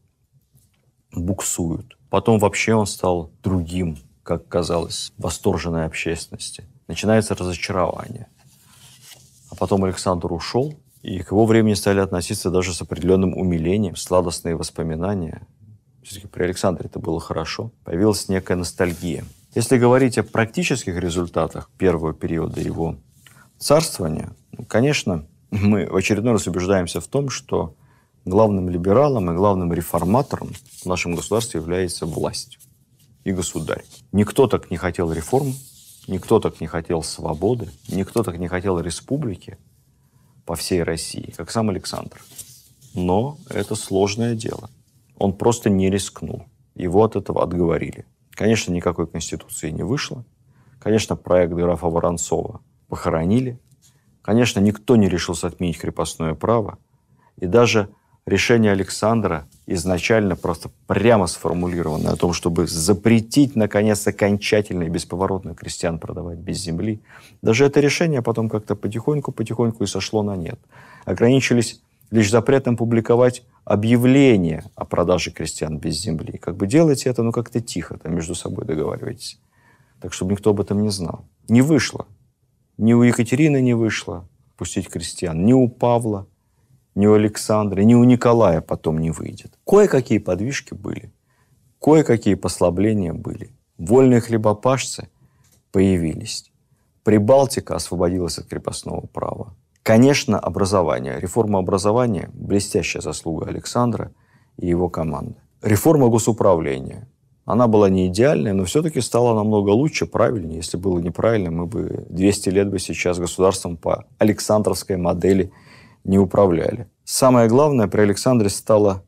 S2: буксуют. Потом вообще он стал другим, как казалось, восторженной общественности. Начинается разочарование. А потом Александр ушел, и к его времени стали относиться даже с определенным умилением, сладостные воспоминания. Все-таки при Александре это было хорошо. Появилась некая ностальгия. Если говорить о практических результатах первого периода его царствования, ну, конечно, мы в очередной раз убеждаемся в том, что главным либералом и главным реформатором в нашем государстве является власть и государь. Никто так не хотел реформ, никто так не хотел свободы, никто так не хотел республики по всей России, как сам Александр. Но это сложное дело. Он просто не рискнул. Его от этого отговорили. Конечно, никакой конституции не вышло. Конечно, проект графа Воронцова похоронили. Конечно, никто не решился отменить крепостное право. И даже решение Александра, изначально просто прямо сформулированное о том, чтобы запретить, наконец, окончательно и бесповоротно крестьян продавать без земли, даже это решение потом как-то потихоньку-потихоньку и сошло на нет. Ограничились лишь запретом публиковать объявление о продаже крестьян без земли. Как бы делайте это, ну, как-то тихо, там между собой договаривайтесь. Так, чтобы никто об этом не знал. Не вышло. Ни у Екатерины не вышло пустить крестьян, ни у Павла, ни у Александра, ни у Николая потом не выйдет. Кое-какие подвижки были, кое-какие послабления были. Вольные хлебопашцы появились. Прибалтика освободилась от крепостного права. Конечно, образование. Реформа образования – блестящая заслуга Александра и его команды. Реформа госуправления. Она была не идеальная, но все-таки стала намного лучше, правильнее. Если было неправильно, мы бы двести лет бы сейчас государством по Александровской модели не управляли. Самое главное, при Александре стало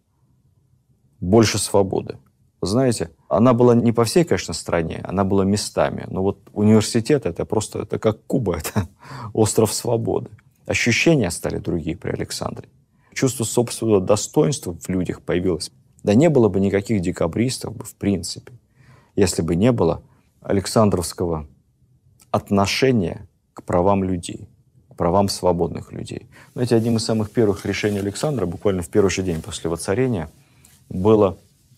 S2: больше свободы. Вы знаете, она была не по всей, конечно, стране, она была местами. Но вот университет – это просто это как Куба, это остров свободы. Ощущения стали другие при Александре. Чувство собственного достоинства в людях появилось. Да не было бы никаких декабристов бы, в принципе, если бы не было александровского отношения к правам людей, к правам свободных людей. Знаете, одним из самых первых решений Александра, буквально в первый же день после воцарения, было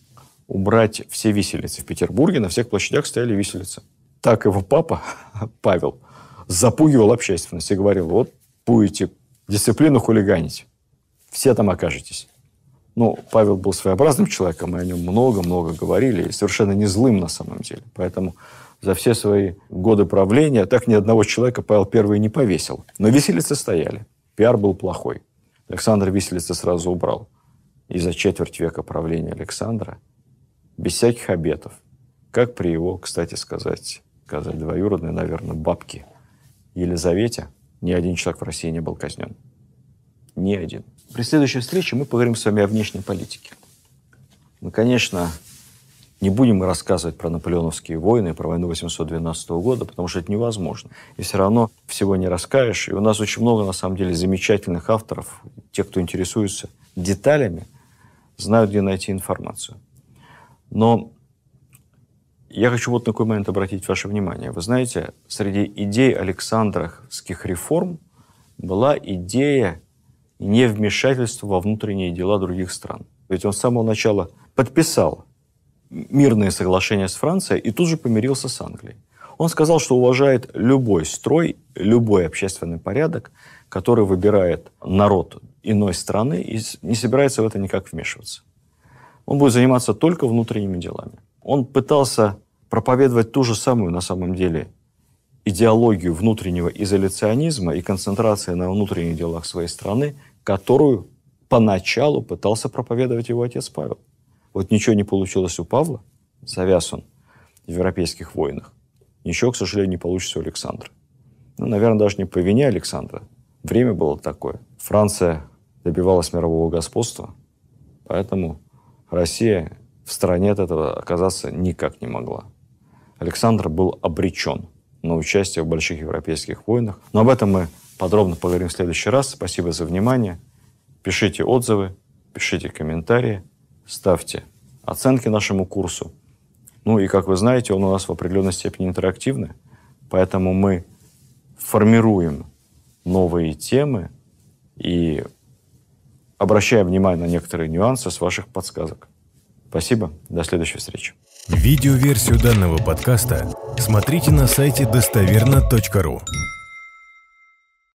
S2: убрать все виселицы в Петербурге. На всех площадях стояли виселицы. Так его папа, Павел, запугивал общественность и говорил: вот будете дисциплину хулиганить, все там окажетесь. Ну, Павел был своеобразным человеком, мы о нем много-много говорили, и совершенно не злым на самом деле. Поэтому за все свои годы правления так ни одного человека Павел Первый не повесил. Но виселицы стояли. Пиар был плохой. Александр виселицы сразу убрал. И за четверть века правления Александра, без всяких обетов, как при его, кстати сказать, сказать двоюродной, наверное, бабке Елизавете, ни один человек в России не был казнен. Ни один. При следующей встрече мы поговорим с вами о внешней политике. Мы, конечно, не будем рассказывать про наполеоновские войны, про войну восемьсот двенадцатого года, потому что это невозможно. И все равно всего не расскажешь. И у нас очень много, на самом деле, замечательных авторов. Те, кто интересуется деталями, знают, где найти информацию. Но я хочу вот на какой момент обратить ваше внимание. Вы знаете, среди идей Александровских реформ была идея невмешательства во внутренние дела других стран. Ведь он с самого начала подписал мирные соглашения с Францией и тут же помирился с Англией. Он сказал, что уважает любой строй, любой общественный порядок, который выбирает народ иной страны, и не собирается в это никак вмешиваться. Он будет заниматься только внутренними делами. Он пытался проповедовать ту же самую, на самом деле, идеологию внутреннего изоляционизма и концентрации на внутренних делах своей страны, которую поначалу пытался проповедовать его отец Павел. Вот ничего не получилось у Павла, завяз он в европейских войнах. Ничего, к сожалению, не получится у Александра. Ну, наверное, даже не по вине Александра. Время было такое. Франция добивалась мирового господства, поэтому Россия в стороне от этого оказаться никак не могла. Александр был обречен на участие в больших европейских войнах. Но об этом мы подробно поговорим в следующий раз. Спасибо за внимание. Пишите отзывы, пишите комментарии, ставьте оценки нашему курсу. Ну и, как вы знаете, он у нас в определенной степени интерактивный, поэтому мы формируем новые темы и обращаем внимание на некоторые нюансы с ваших подсказок. Спасибо. До следующей встречи.
S3: Видеоверсию данного подкаста смотрите на сайте достоверно точка ру.